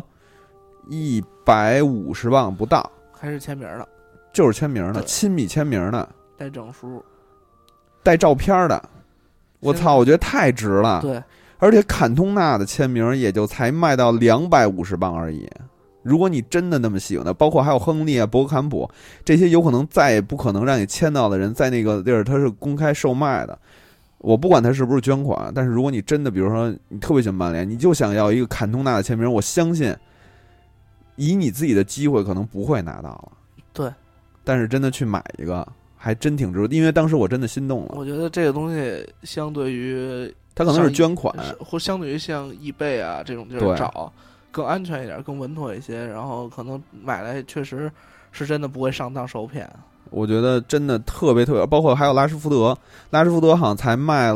150磅不到， 还是签名的， 就是签名的，亲笔签名的， 带证书、 带照片的。我操，我觉得太值了。 对， 而且坎通纳的签名也就才卖到250磅而已。如果你真的那么喜欢的，包括还有亨利啊、博格坎普这些，有可能再也不可能让你签到的人，在那个地儿他是公开售卖的。我不管他是不是捐款，但是如果你真的，比如说你特别喜欢曼联，你就想要一个坎通纳的签名，我相信以你自己的机会可能不会拿到了。 对， 但是真的去买一个还真挺值，因为当时我真的心动了。 我觉得这个东西相对于它可能是捐款， 或相对于像易贝啊这种地儿找更安全一点，更稳妥一些，然后可能买来确实是真的不会上当受骗。 我觉得真的特别，包括还有拉什福德好像才卖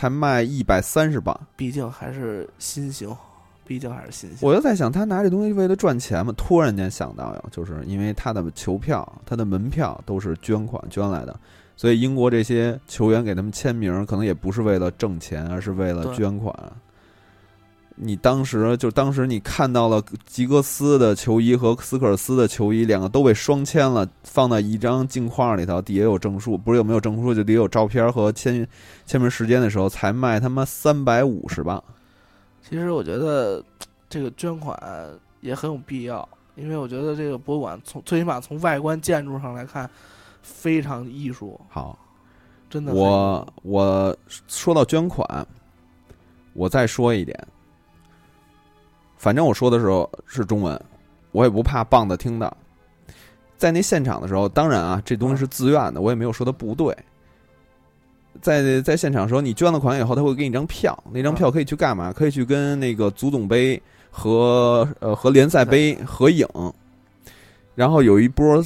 130磅， 毕竟还是新型。 我就在想，他拿这东西为了赚钱嘛？突然间想到，就是因为他的球票、他的门票都是捐款捐来的，所以英国这些球员给他们签名，可能也不是为了挣钱，而是为了捐款。你当时你看到了吉格斯的球衣和斯科尔斯的球衣，两个都被双签了，放在一张镜框里头，底下有证书，不是有没有证书，就得有照片和签名时间的时候，才卖他妈350磅。 其实我觉得这个捐款也很有必要，因为我觉得这个博物馆最起码从外观建筑上来看非常艺术。 好， 真的。 我说到捐款，我再说一点，反正我说的时候是中文，我也不怕棒子听到。在那现场的时候，当然啊，这东西是自愿的，我也没有说它不对。在现场的时候，你捐了款以后，他会给你一张票，那张票可以去干嘛？可以去跟那个足总杯和联赛杯合影。然后有一波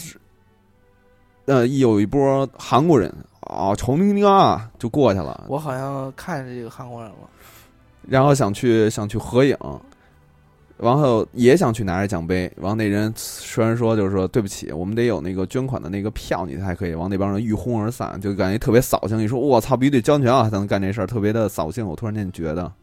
韩国人仇宁宁啊就过去了。 我好像看见这个韩国人了， 然后想去合影。然后也想去拿着奖杯，然后那人虽然说就是说对不起，我们得有那个捐款的那个票，你才可以。往那帮人一哄而散，就感觉特别扫兴。你说我操，必须得交钱啊才能干这事儿，特别的扫兴。我突然间觉得，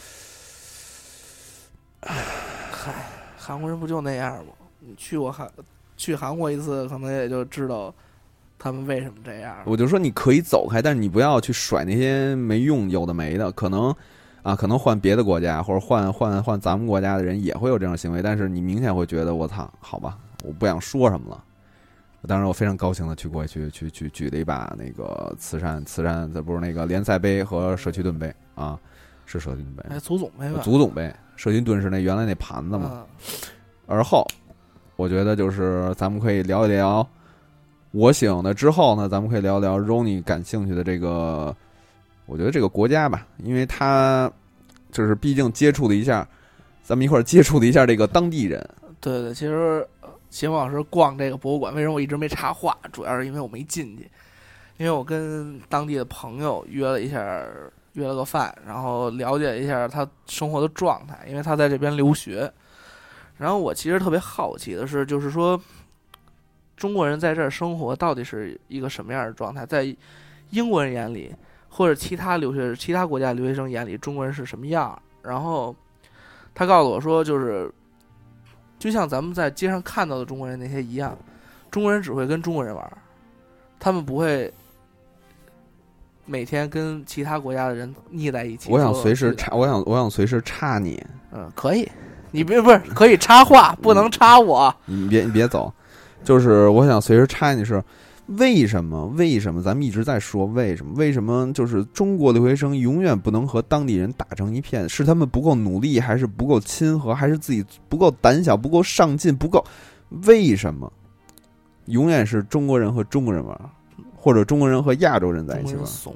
韩国人不就那样吗？你去韩国一次，可能也就知道他们为什么这样。 我就说你可以走开，但是你不要去甩那些没用有的没的，可能换别的国家或者换咱们国家的人也会有这种行为，但是你明显会觉得我操，好吧，我不想说什么了。当然我非常高兴的去举了一把那个慈善，这不是那个联赛杯和社区盾杯啊，是社区盾杯， 足总杯吧？ 足总杯，社区盾是那原来那盘子嘛。而后我觉得就是咱们可以聊一聊我喜欢的，之后呢，咱们可以聊聊 Ronnie 感兴趣的这个。我觉得这个国家吧，因为他就是毕竟接触了一下，咱们一块儿接触了一下这个当地人。 对，其实秦风老师逛这个博物馆，为什么我一直没插话？主要是因为我没进去，因为我跟当地的朋友约了个饭，然后了解一下他生活的状态，因为他在这边留学。然后我其实特别好奇的是，就是说中国人在这儿生活到底是一个什么样的状态，在英国人眼里。或者其他国家留学生眼里中国人是什么样？然后他告诉我说，就像咱们在街上看到的中国人那些一样，中国人只会跟中国人玩，他们不会每天跟其他国家的人腻在一起。 我想随时插，我想随时插你。 可以，你不是可以插话，不能插我。 你别走，就是我想随时插你是。为什么咱们一直在说为什么就是中国留学生永远不能和当地人打成一片？是他们不够努力，还是不够亲和，还是自己不够胆小，不够上进，不够？为什么永远是中国人和中国人玩，或者中国人和亚洲人在一起玩？ 怂。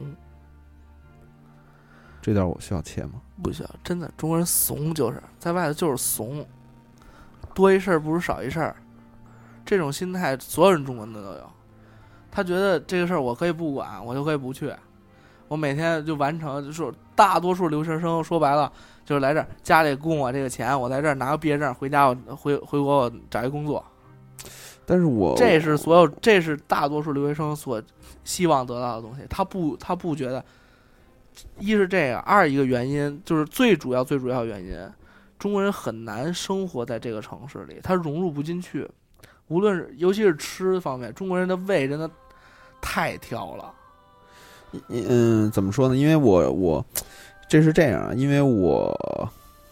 这段我需要切吗？ 不需要，真的，中国人怂，就是在外头就是怂，多一事不如少一事，这种心态所有人中国人都有。他觉得这个事儿我可以不管，我就可以不去，我每天就完成。就是大多数留学生说白了就是来这儿，家里供我这个钱，我在这儿拿个毕业证回家，我回国我找一工作。 但是这是大多数留学生所希望得到的东西。他不觉得，一是这个，二一个原因就是最主要原因，中国人很难生活在这个城市里，他融入不进去。无论是尤其是吃方面，中国人的胃真的太挑了。 怎么说呢？因为我这是这样，因为我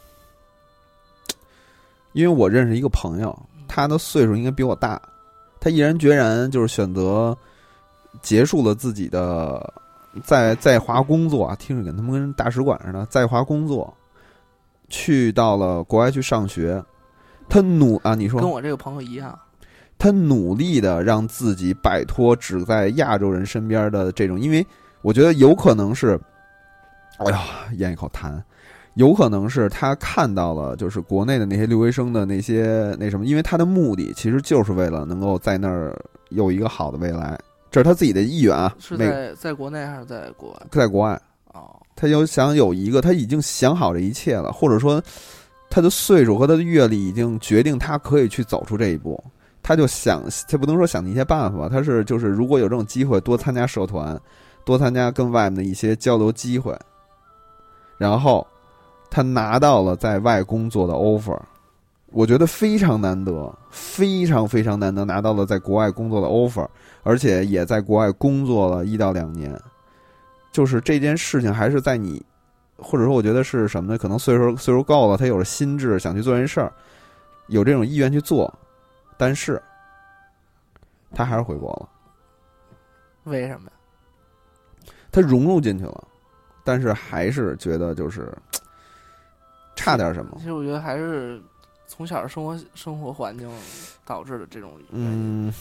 认识一个朋友，他的岁数应该比我大，他毅然决然就是选择结束了自己的在华工作啊，听着跟大使馆似的，在华工作，去到了国外去上学。他你说跟我这个朋友一样。 他努力的让自己摆脱只在亚洲人身边的这种，因为我觉得有可能是，哎呀，咽一口痰，有可能是他看到了就是国内的那些留学生的那些那什么，因为他的目的其实就是为了能够在那儿有一个好的未来，这是他自己的意愿啊。 是在国内还是在国外？ 在国外。他就想有一个，他已经想好这一切了，或者说他的岁数和他的阅历已经决定他可以去走出这一步。他就想，他不能说想一些办法，他是就是如果有这种机会，多参加社团，多参加跟外面的一些交流机会，然后他拿到了在外工作的 offer， 我觉得非常难得，非常非常难得拿到了在国外工作的 offer， 而且也在国外工作了1到2年，就是这件事情还是在你，或者说我觉得是什么呢？可能岁数够了，他有了心智，想去做这件事儿，有这种意愿去做。但是，他还是回国了。 为什么呀？ 他融入进去了，但是还是觉得就是差点什么。 其实我觉得还是从小生活环境导致的这种原因。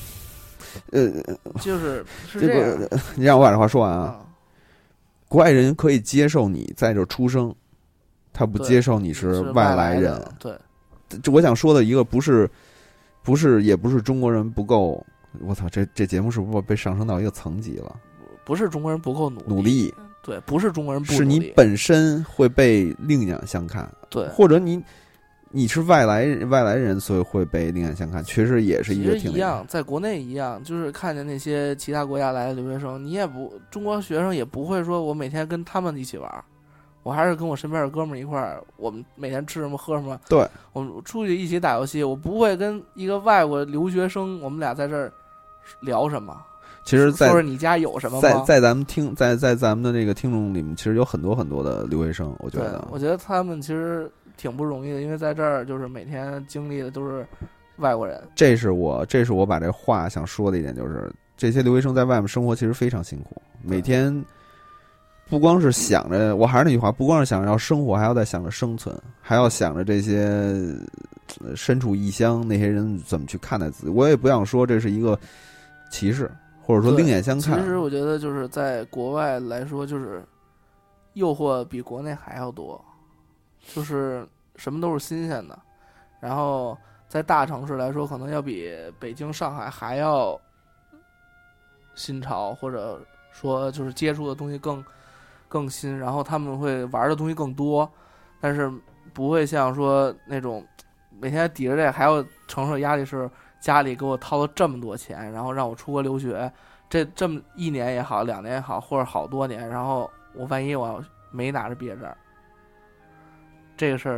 就是这个， 你让我把这话说完啊。国外人可以接受你在这出生，他不接受你是外来人。 对， 我想说的一个也不是中国人不够，我操，这节目是不是被上升到一个层级了？不是中国人不够努力， 对，不是中国人不努力， 是你本身会被另眼相看， 对， 或者你是外来人，所以会被另眼相看，确实也是一个挺一样，在国内一样，就是看见那些其他国家来的留学生，中国学生也不会说我每天跟他们一起玩。我还是跟我身边的哥们儿一块儿，我们每天吃什么喝什么。 对， 我们出去一起打游戏，我不会跟一个外国留学生，我们俩在这儿聊什么。 其实说说你家有什么吗？ 在咱们在咱们的这个听众里面，其实有很多很多的留学生，我觉得他们其实挺不容易的，因为在这儿就是每天经历的都是外国人。 这是我把这话想说的一点，就是这些留学生在外面生活其实非常辛苦，每天。不光是想着，我还是那句话，不光是想着要生活，还要再想着生存，还要想着这些身处异乡那些人怎么去看待自己。我也不想说这是一个歧视，或者说另眼相看。 其实我觉得就是在国外来说，就是诱惑比国内还要多，就是什么都是新鲜的。然后在大城市来说，可能要比北京、上海还要新潮，或者说就是接触的东西更新，然后他们会玩的东西更多，但是不会像说那种每天抵着这还要承受压力，是家里给我掏了这么多钱，然后让我出国留学，这么1年也好，2年也好，或者好多年，然后我万一我没拿着毕业证，这个事儿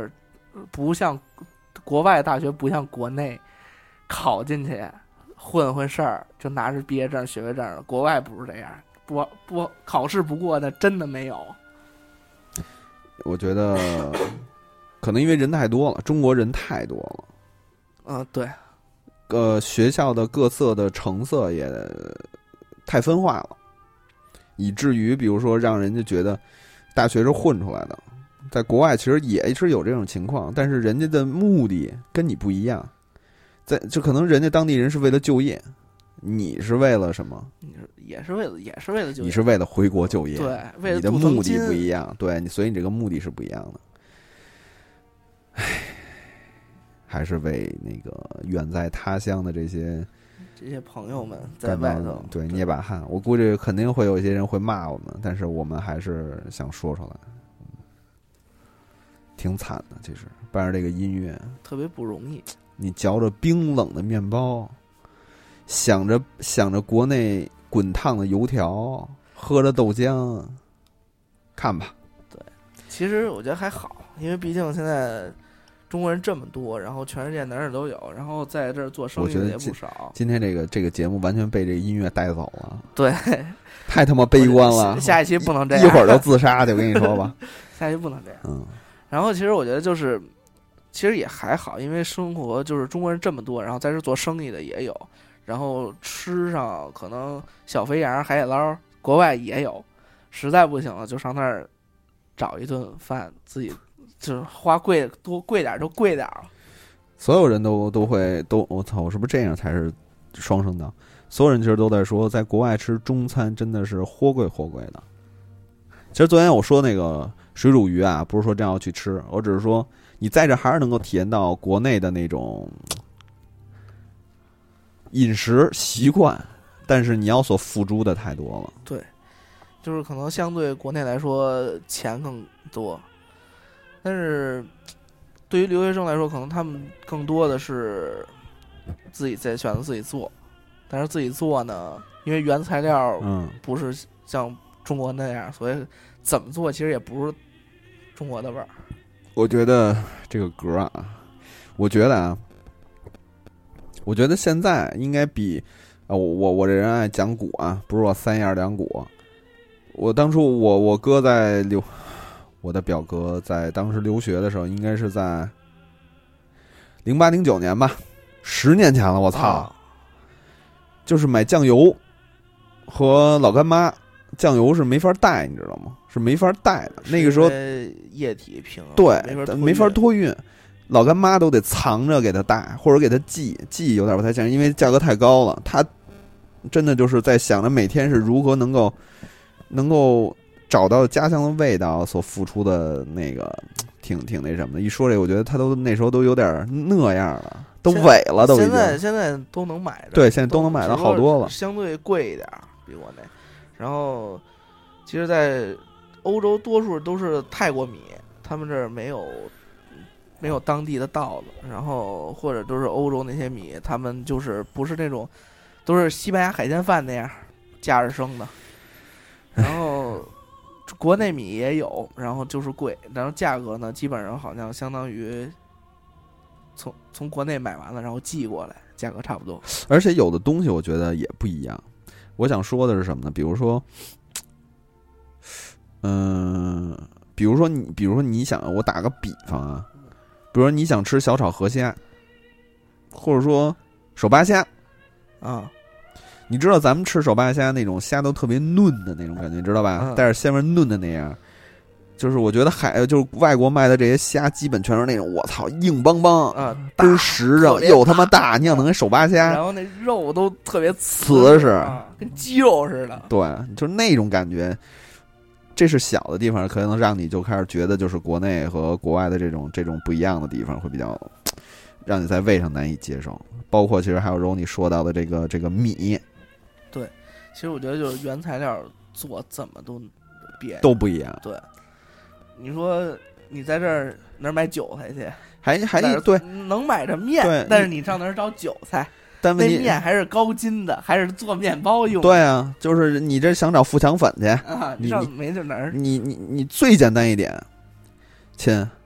不像国外大学，不像国内考进去混混事儿就拿着毕业证、学位证。国外不是这样，不考试不过的真的没有。 我觉得可能因为人太多了，中国人太多了。 对。 学校的各色的成色也太分化了，以至于比如说让人家觉得大学是混出来的。在国外其实也是有这种情况，但是人家的目的跟你不一样。这可能人家当地人是为了就业，你是为了什么？ 也是为了就业。 你是为了回国就业， 对，为了你的目的不一样，对，所以你这个目的是不一样的。唉，还是为那个远在他乡的这些朋友们在外头对捏把汗。我估计肯定会有一些人会骂我们，但是我们还是想说出来。挺惨的，其实伴着这个音乐特别不容易。 你嚼着冰冷的面包，想着国内滚烫的油条，喝着豆浆，看吧。 对，其实我觉得还好，因为毕竟现在中国人这么多，然后全世界哪儿都有，然后在这儿做生意的也不少。 今天这个节目完全被这个音乐带走了。 对， 太他妈悲观了。 下一期不能这样， 一会儿就自杀去，我跟你说吧。 下一期不能这样。然后其实我觉得其实也还好，因为生活就是中国人这么多，然后在这做生意的也有，然后吃上可能小肥羊、海底捞，国外也有，实在不行了就上那儿找一顿饭，自己就是花多贵点就贵点了。 所有人都会我操，是不是这样才是双声道？所有人其实都在说，在国外吃中餐真的是齁贵的。其实昨天我说那个水煮鱼啊，不是说这样要去吃，我只是说你在这还是能够体验到国内的那种饮食习惯，但是你要所付诸的太多了。 对，就是可能相对国内来说钱更多，但是对于留学生来说，可能他们更多的是自己在选择自己做，但是自己做呢，因为原材料不是像中国那样，所以怎么做其实也不是中国的味儿。 我觉得这个歌啊，我觉得现在应该比我这人爱讲古啊，不是我3言2古。我当初我哥我的表哥在当时留学的时候，应该是在08、09年吧，10年前了，我操！就是买酱油和老干妈。酱油是没法带，你知道吗？是没法带的。那个时候液体瓶， 对，没法托运。老干妈都得藏着给他带，或者给他寄有点不太像，因为价格太高了。他真的就是在想着每天是如何能够找到家乡的味道，所付出的那个挺那什么的。一说这个，我觉得他都那时候都有点那样了，都萎了，都已经。 现在都能买着， 对，现在都能买到好多了， 相对贵一点，比国内。然后，其实，在欧洲多数都是泰国米，他们这儿没有当地的稻子，然后或者都是欧洲那些米，他们就是不是那种，都是西班牙海鲜饭那样架着生的。然后国内米也有，然后就是贵，然后价格呢，基本上好像相当于从国内买完了，然后寄过来，价格差不多。 而且有的东西我觉得也不一样。我想说的是什么呢？比如说你想，我打个比方啊，比如说你想吃小炒河虾，或者说手扒虾啊， 你知道咱们吃手扒虾那种虾都特别嫩的那种感觉，你知道吧？带着鲜味嫩的那样。就是我觉得就是外国卖的这些虾，基本全是那种我操硬邦邦啊， 真实诚又他妈大，你想弄跟手扒虾， 然后那肉都特别瓷实， 跟鸡肉似的。 对，就是那种感觉。这是小的地方，可能让你就开始觉得，就是国内和国外的这种不一样的地方，会比较让你在胃上难以接受。包括其实还有揉你说到的这个米， 对，其实我觉得就是原材料做怎么都不一样。 对。你说你在这儿哪儿买韭菜去？ 还对， 能买着面，但是你上哪儿找韭菜？ 但那面还是高筋的，还是做面包用的？ 对啊，就是你这想找富强粉去啊，你上没这哪儿？ 你最简单一点，亲，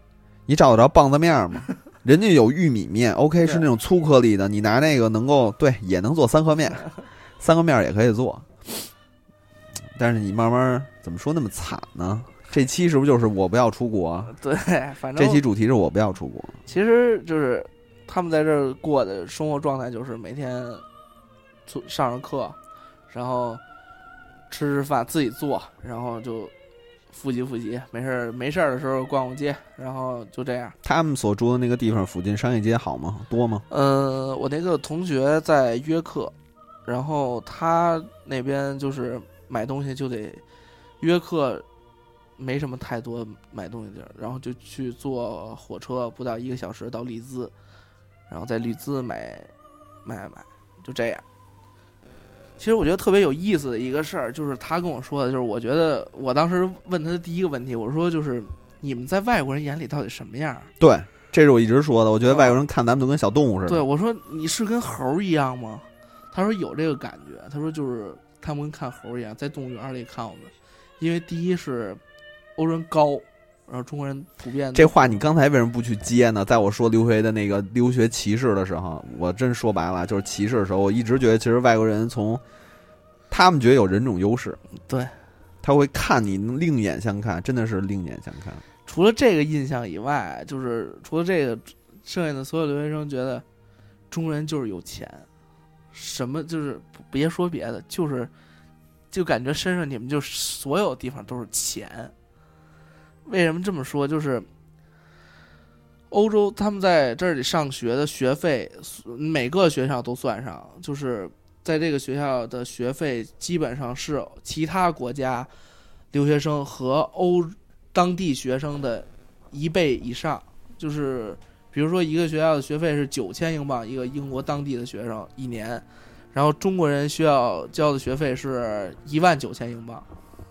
你找得着棒子面吗？人家有玉米面 ，OK 是那种粗颗粒的，你拿那个能够也能做三合面，三个面也可以做。但是你慢慢怎么说那么惨呢？这期是不是就是我不要出国？ 对，反正这期主题是我不要出国。 其实就是他们在这儿过的生活状态，就是每天上课，然后吃饭自己做，然后就复习，没事儿的时候逛街，然后就这样。 他们所住的那个地方附近商业街好吗？多吗？ 我那个同学在约克，然后他那边就是买东西就得约克。没什么太多买东西地儿，然后就去坐火车，不到1个小时到利兹，然后在利兹买，就这样。其实我觉得特别有意思的一个事儿，就是他跟我说的，就是我觉得我当时问他的第一个问题，我说就是你们在外国人眼里到底什么样？ 对，这是我一直说的，我觉得外国人看咱们都跟小动物似的。 对，我说你是跟猴一样吗？他说有这个感觉，他说就是他们跟看猴一样，在动物园里看我们，因为第一是。欧洲人高，然后中国人普遍。 这话你刚才为什么不去接呢？在我说留学的那个留学歧视的时候，我真说白了就是歧视的时候，我一直觉得其实外国人他们觉得有人种优势， 对， 他会看你另眼相看，真的是另眼相看。 除了这个印象以外，就是除了这个，剩下的所有留学生觉得中国人就是有钱，什么就是别说别的，就感觉身上你们就所有地方都是钱。为什么这么说？就是欧洲他们在这里上学的学费，每个学校都算上，就是在这个学校的学费基本上是其他国家留学生和当地学生的1倍以上。就是比如说一个学校的学费是9000英镑，一个英国当地的学生1年，然后中国人需要交的学费是19000英镑。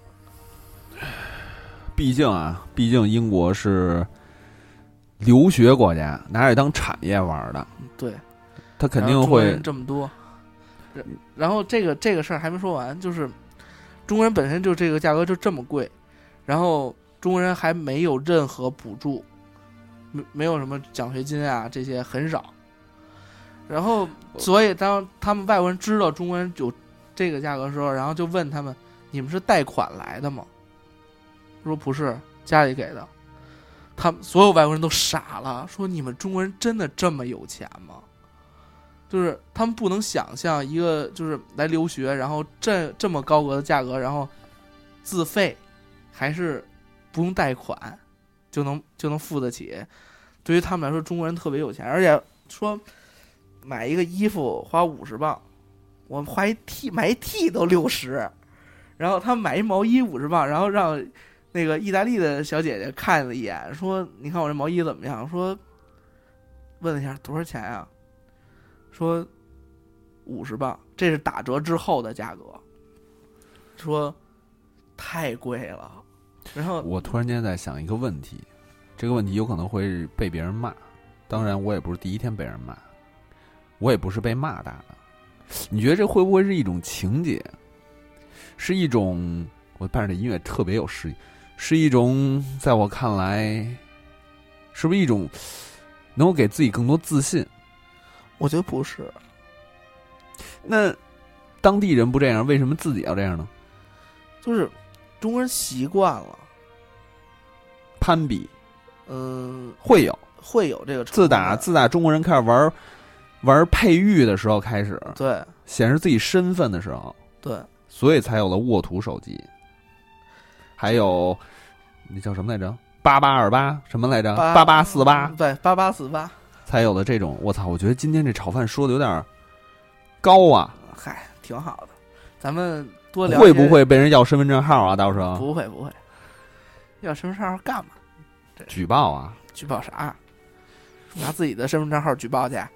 毕竟英国是留学国家，拿着当产业玩的。 对， 他肯定会这么多。然后这个事儿还没说完，就是中国人本身就这个价格就这么贵，然后中国人还没有任何补助，没有什么奖学金啊，这些很少。然后所以当他们外国人知道中国人有这个价格的时候，然后就问他们：你们是贷款来的吗？说不是，家里给的。他们所有外国人都傻了，说你们中国人真的这么有钱吗？就是他们不能想象一个就是来留学，然后这么高额的价格，然后自费，还是不用贷款就能付得起。对于他们来说，中国人特别有钱，而且说买一个衣服花50磅，我们买一 T 都60，然后他们买一毛衣50磅，然后让那个意大利的小姐姐看了一眼，说：“你看我这毛衣怎么样？”说问了一下多少钱啊？说50磅，这是打折之后的价格。说太贵了。然后我突然间在想一个问题，这个问题有可能会被别人骂，当然我也不是第一天被人骂，我也不是被骂大的。你觉得这会不会是一种情节？是一种，我伴着这音乐特别有诗意。是一种，在我看来，是不是一种能够给自己更多自信？ 我觉得不是。 那当地人不这样，为什么自己要这样呢？ 就是中国人习惯了攀比，会有这个。自打中国人开始玩配育的时候开始， 对， 显示自己身份的时候， 对， 所以才有了沃土手机。还有那叫什么来着？8828什么来着？8848， 对，8848， 才有了这种。我操！我觉得今天这炒饭说的有点高啊。 嗨，挺好的。咱们多聊。 会不会被人要身份证号啊？到时候不会，要身份证号干嘛？ 举报啊？ 举报啥？拿自己的身份证号举报去？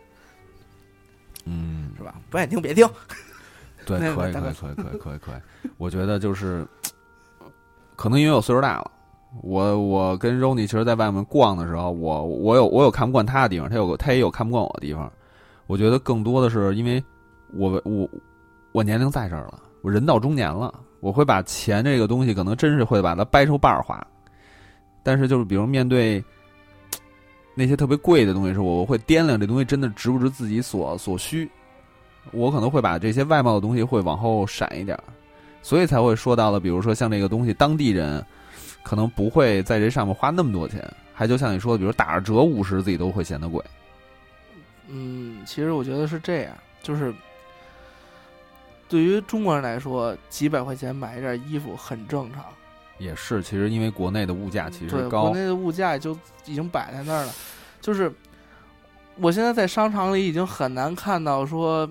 是吧？不爱听别听。 对，可以。我觉得就是。可能因为我岁数大了，我跟 Rony 其实在外面逛的时候，我有看不惯他的地方，他也有看不惯我的地方。我觉得更多的是因为我年龄在这儿了，我人到中年了，我会把钱这个东西可能真是会把它掰成瓣儿花。但是就是比如面对那些特别贵的东西时，我会掂量这东西真的值不值自己所需，我可能会把这些外贸的东西会往后闪一点，所以才会说到了，比如说像这个东西，当地人可能不会在这上面花那么多钱，还就像你说的，比如打着折50，自己都会嫌得贵。 其实我觉得是这样，就是对于中国人来说，几百块钱买一件衣服很正常。 也是，其实因为国内的物价其实对， 高， 国内的物价就已经摆在那儿了。就是我现在在商场里已经很难看到说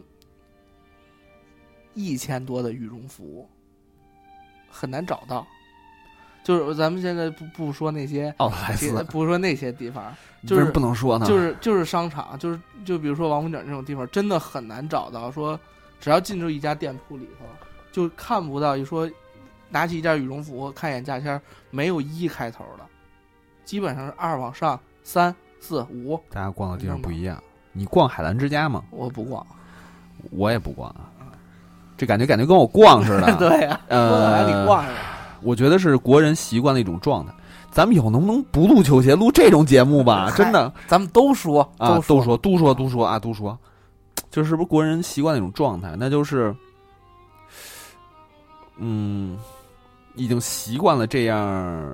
1000多的羽绒服，很难找到。就是咱们现在不说那些奥特莱斯， 不说那些地方，就是不能说呢， 就是商场，就比如说王府井这种地方，真的很难找到说，只要进入一家店铺里头，就看不到一说拿起一件羽绒服看一眼价签没有1开头的，基本上是2往上，3、4、5。 大家逛的地方不一样。你逛海澜之家吗？ 我不逛， 我也不逛啊。这感觉跟我逛似的。 对呀，我哪里逛呀？ 我觉得是国人习惯的一种状态。咱们以后能不能不录球鞋，录这种节目吧？真的， 咱们都说啊，都说，就是不是国人习惯的一种状态？那就是，已经习惯了这样，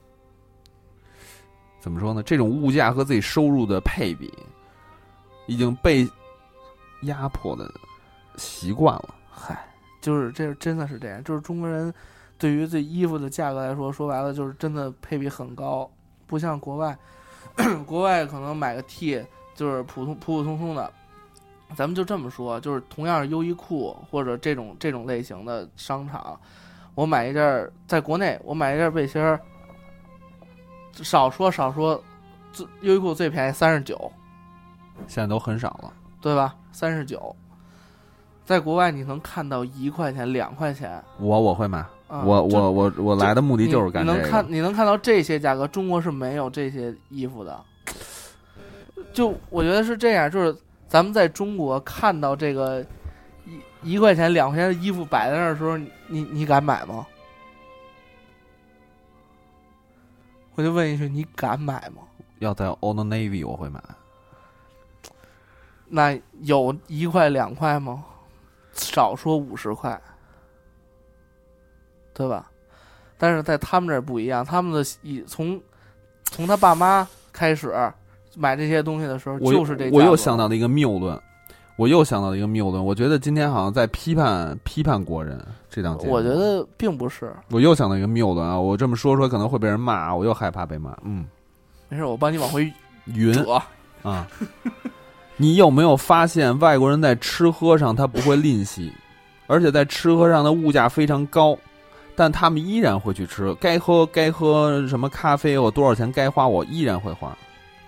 怎么说呢？这种物价和自己收入的配比，已经被压迫的习惯了。 嗨，就是这真的是这样，就是中国人对于这衣服的价格来说，说白了就是真的配比很高，不像国外，国外可能买个 T 就是普普通通的。咱们就这么说，就是同样是优衣库或者这种类型的商场，我买一件，在国内我买一件背心儿，少说优衣库最便宜39， 现在都很少了， 对吧？39，在国外你能看到1块钱、2块钱。 我会买，我来的目的就是干这个。 你能看到这些价格，中国是没有这些衣服的。就我觉得是这样，就是咱们在中国看到这个1块钱、2块钱的衣服摆在那儿的时候，你敢买吗？我就问一句，你敢买吗？ 要在 Old Navy 我会买。 那有1块2块吗？少说50块，对吧？但是在他们这儿不一样，他们的从他爸妈开始买这些东西的时候，就是这价格。 我又想到了一个谬论，我觉得今天好像在批判国人这档节目。 我觉得并不是。 我又想到一个谬论啊！我这么说可能会被人骂，我又害怕被骂。 没事，我帮你往回匀折啊。你有没有发现，外国人在吃喝上他不会吝惜，而且在吃喝上的物价非常高，但他们依然会去吃，该喝什么咖啡，我多少钱该花，我依然会花。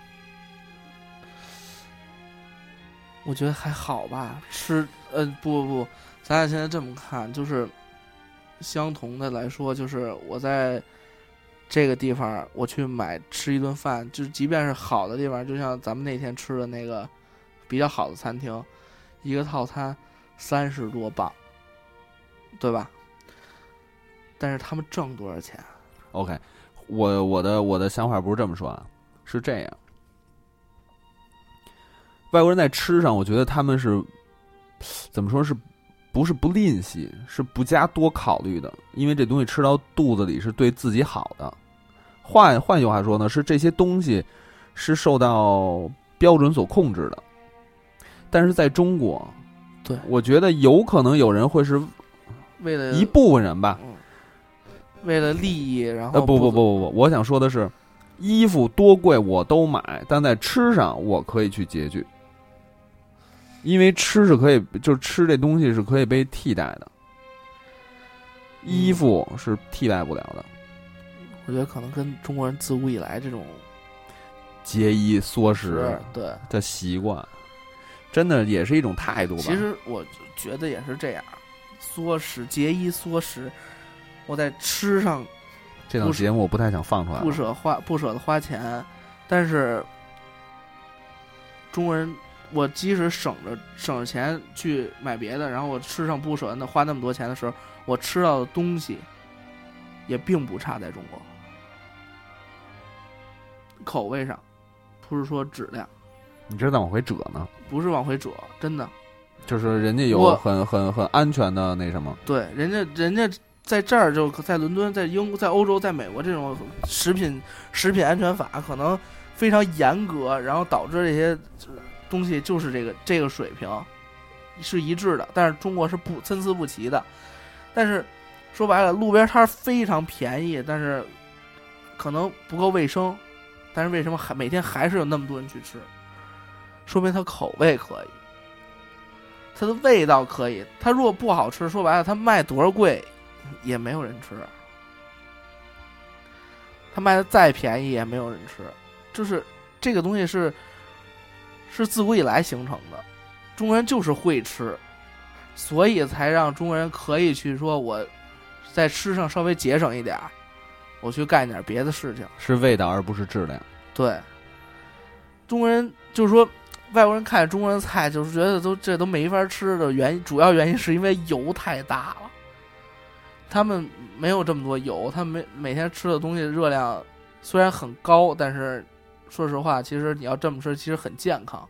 我觉得还好吧，不，咱俩现在这么看，就是相同的来说，就是我在这个地方我去吃一顿饭，就是即便是好的地方，就像咱们那天吃的那个比较好的餐厅，一个套餐30多磅，对吧？但是他们挣多少钱 ？OK， 我的想法不是这么说啊，是这样。外国人在吃上，我觉得他们是怎么说，是不是不吝惜，是不加多考虑的，因为这东西吃到肚子里是对自己好的。换句话说呢，是这些东西是受到标准所控制的。但是在中国， 对， 我觉得有可能有人会是为了一部分人吧， 为了利益，然后不，我想说的是，衣服多贵我都买，但在吃上我可以去拮据。因为吃是可以，就是吃这东西是可以被替代的，衣服是替代不了的。 我觉得可能跟中国人自古以来这种节衣缩食对的习惯，真的也是一种态度吧。 其实我觉得也是这样，节衣缩食。我在吃上， 这档节目我不太想放出来， 不舍得花钱，但是中国人。我即使省着钱去买别的，然后我吃上不舍得花那么多钱的时候，我吃到的东西也并不差，在中国口味上不是说质量， 你这在往回折呢？ 不是往回折，真的。 就是人家有很安全的那什么。 对，人家在这儿就在伦敦，在欧洲，在美国这种食品安全法可能非常严格，然后导致这些东西就是这个水平是一致的，但是中国是参差不齐的。但是说白了，路边摊非常便宜，但是可能不够卫生，但是为什么每天还是有那么多人去吃？说明它口味可以，它的味道可以。它如果不好吃，说白了，它卖多少贵也没有人吃，它卖的再便宜也没有人吃。就是这个东西是自古以来形成的，中国人就是会吃，所以才让中国人可以去说我在吃上稍微节省一点，我去干点别的事情， 是味道而不是质量。 对，中国人就是说外国人看中国人菜就是觉得这都没法吃的主要原因是因为油太大了，他们没有这么多油，他们每天吃的东西热量虽然很高，但是说实话，其实你要这么吃，其实很健康。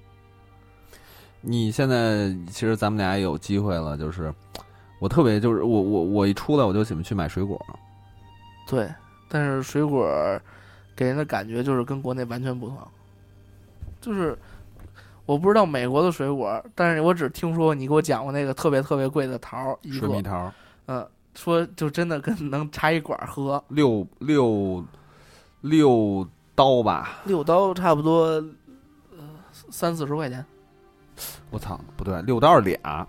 你现在其实咱们俩也有机会了，就是我特别就是我一出来我就喜欢去买水果。 对，但是水果给人的感觉就是跟国内完全不同。就是我不知道美国的水果，但是我只听说你给我讲过那个特别特别贵的桃， 水蜜桃， 说就真的跟能插一管喝 6刀吧 ，6刀差不多30-40块钱。 我操，不对，6刀是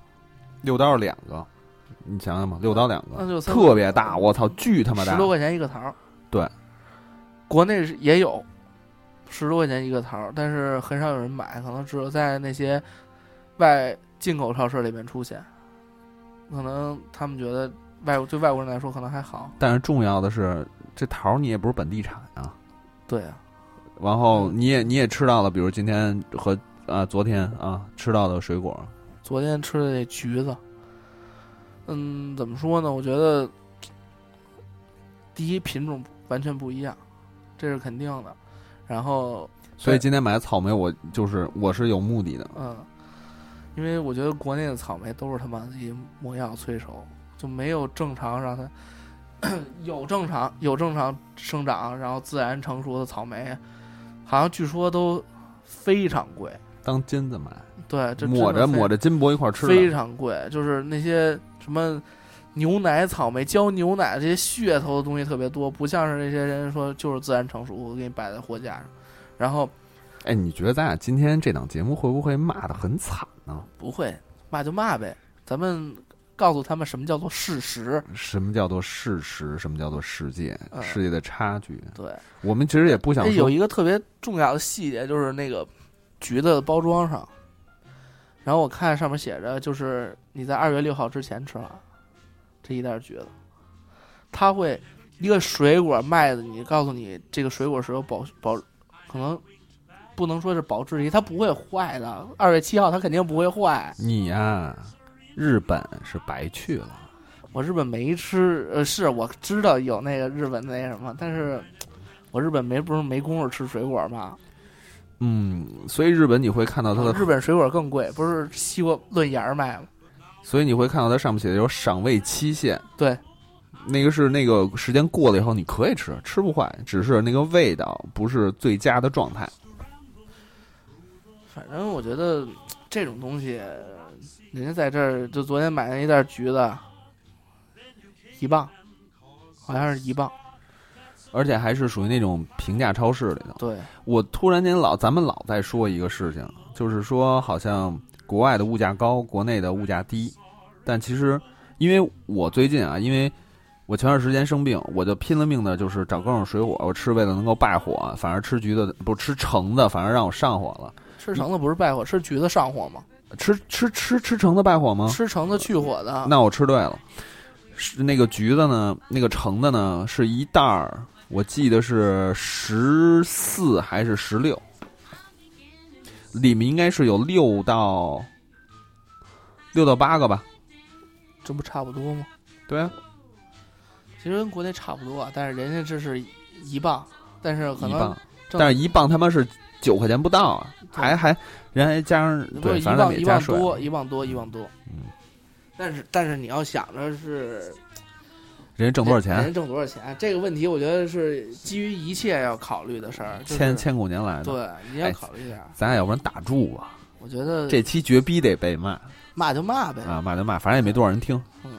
6刀是2个，你想想吧，6刀2个， 那就特别大，我操，巨他妈大，10 多块钱一个桃。 对， 国内也有10多块钱一个桃，但是很少有人买，可能只有在那些进口超市里面出现。可能他们觉得对外国人来说可能还好， 但是重要的是这桃你也不是本地产啊。 对啊， 然后你也吃到了，比如今天和昨天吃到的水果。 昨天吃的那橘子，怎么说呢？我觉得第一品种完全不一样，这是肯定的。然后， 所以今天买的草莓，我是有目的的。 因为我觉得国内的草莓都是他妈的魔药催熟，就没有正常让它有正常生长，然后自然成熟的草莓，好像据说都非常贵， 当金子买。 对，这抹着金箔一块吃的， 非常贵。就是那些什么牛奶草莓、浇牛奶这些噱头的东西特别多，不像是那些人说就是自然成熟，我给你摆在货架上。然后， 你觉得咱俩今天这档节目会不会骂得很惨呢？ 不会，骂就骂呗，咱们告诉他们什么叫做事实， 什么叫做事实，什么叫做世界，世界的差距。 对， 我们其实也不想说。 有一个特别重要的细节，就是那个橘子的包装上，然后我看上面写着，就是你在2月6号之前吃完这一袋橘子，它会一个水果卖的，你告诉你这个水果是有保，可能不能说是保质期，它不会坏的。2月7号它肯定不会坏。 你呀，日本是白去了。 我日本没吃，是我知道有那个日本那什么，但是我日本不是没工夫吃水果吗？ 所以日本你会看到它的日本水果更贵，不是西瓜论芽卖吗？ 所以你会看到它上面写的有赏味期限。 对， 那个是那个时间过了以后你可以吃不坏，只是那个味道不是最佳的状态。 反正我觉得这种东西，人家在这儿就昨天买了一袋橘子，1磅，好像是1磅， 而且还是属于那种平价超市里的。 对， 我突然间咱们老在说一个事情，就是说好像国外的物价高，国内的物价低，但其实因为我最近因为我前段时间生病，我就拼了命的就是找各种水果我吃，为了能够败火，反而吃橘子不吃橙子，反而让我上火了。 吃橙子不是败火，吃橘子上火吗？ 吃橙子败火吗？ 吃橙子去火的。 那我吃对了。是那个橘子呢，那个橙子呢，是一袋儿，我记得是14还是16，里面应该是有6到8个吧。 这不差不多吗？ 对啊， 其实跟国内差不多，但是人家这是1磅，但是可能但是1磅他妈是 9块钱不到啊，还人还加上对，反正 1万多，1万多。但是你要想着是。 人挣多少钱？ 人挣多少钱？这个问题我觉得是基于一切要考虑的事儿。 千古年来的， 对，你要考虑一下。 咱俩要不然打住吧？ 我觉得这期绝逼得被骂， 骂就骂呗啊，骂就骂，反正也没多少人听。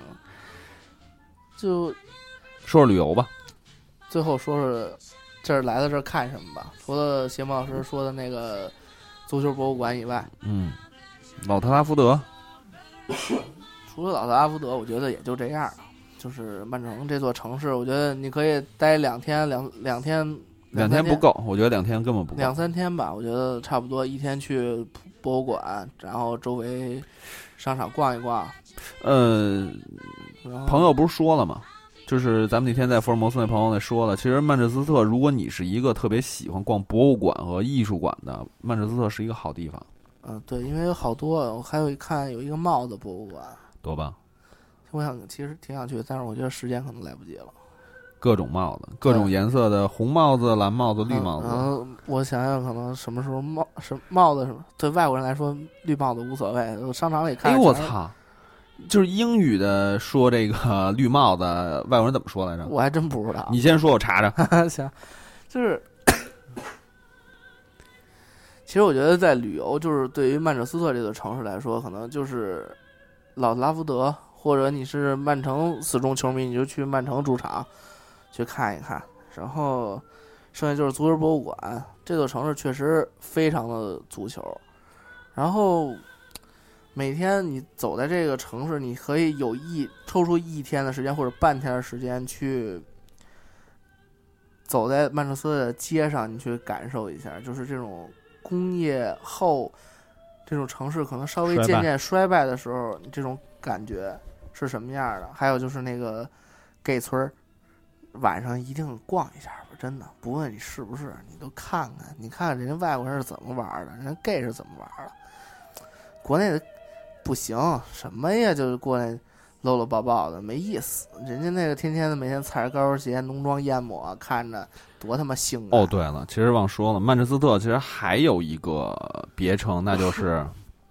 就说说旅游吧。 最后说说这儿来到这儿看什么吧。除了邪魔老师说的那个足球博物馆以外， 老特拉福德。 除了老特拉福德，我觉得也就这样了。就是曼城这座城市，我觉得你可以待2天，两天不够，我觉得2天根本不够 ，2-3天吧，我觉得差不多。1天去博物馆，然后周围商场逛一逛。 朋友不是说了吗？就是咱们那天在福尔摩斯那朋友那说了，其实曼彻斯特，如果你是一个特别喜欢逛博物馆和艺术馆的，曼彻斯特是一个好地方。 对，因为有好多，我还有有一个帽子博物馆， 多棒！ 我其实挺想去，但是我觉得时间可能来不及了。 各种帽子，各种颜色的红帽子、蓝帽子、绿帽子。 我想想，可能什么时候帽子什么，对外国人来说，绿帽子无所谓。我商场里看， 我操！就是英语的说这个绿帽子，外国人怎么说来着？ 我还真不知道。 你先说，我查查。 行，就是，其实我觉得在旅游，就是对于曼彻斯特这座城市来说，可能就是老特拉福德。或者你是曼城死忠球迷，你就去曼城主场去看一看，然后剩下就是足球博物馆。这座城市确实非常的足球，然后每天你走在这个城市，你可以抽出1天的时间或者半天的时间去走在曼彻斯特的街上，你去感受一下，就是这种工业后这种城市可能稍微渐渐衰败的时候，你这种感觉是什么样的？还有就是那个 gay 村，晚上一定逛一下吧，真的，不问你是不是，你都看看，你看看人家外国人是怎么玩的，人家 gay 是怎么玩的。国内的不行，什么呀，就是过来搂搂抱抱的，没意思。人家那个天天的每天踩着高跟鞋，浓妆艳抹，看着多他妈性感。 对了，其实忘说了，曼彻斯特其实还有一个别称，那就是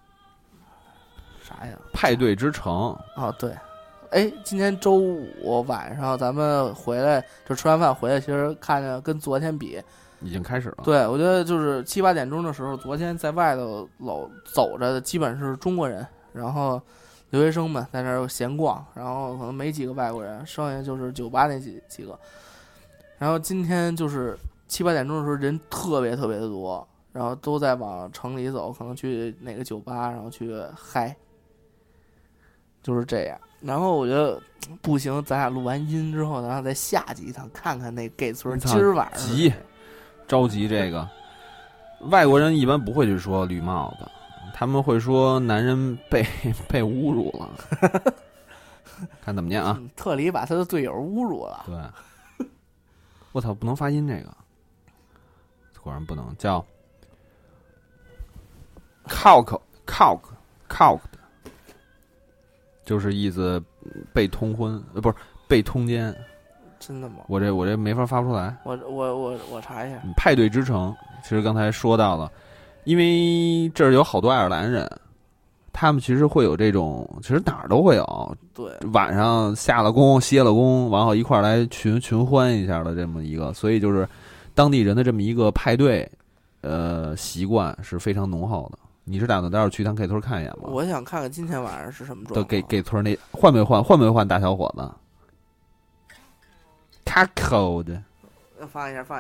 啥呀？ 派对之城。 对。今天周5晚上咱们回来，就吃完饭回来，其实看着跟昨天比已经开始了。 对，我觉得就是7、8点钟的时候，昨天在外头走着的基本是中国人，然后留学生们在那儿闲逛，然后可能没几个外国人，剩下就是酒吧那几个。然后今天就是7、8点钟的时候，人特别特别的多，然后都在往城里走，可能去哪个酒吧，然后去嗨，就是这样。然后我觉得不行，咱俩录完音之后，然后再下去一趟，看看那 gay 村。今儿晚上着急这个，外国人一般不会去说绿帽子，他们会说男人被侮辱了。看怎么念啊？ 特里把他的队友侮辱了。 对，我操，不能发音这个，果然不能叫 cock， 就是意思被通婚，不是被通奸。 真的吗？ 我这没法发不出来。 我查一下。 派对之城，其实刚才说到了，因为这儿有好多爱尔兰人，他们其实会有这种，其实哪儿都会有。 对， 晚上下了工歇了工，然后一块儿来群欢一下的这么一个，所以就是当地人的这么一个派对，习惯是非常浓厚的。你是打算待会儿去趟 gay 村看一眼吗？ 我想看看今天晚上是什么状况。 gay 村那换没换大小伙子 ？Cuckold， 放一下。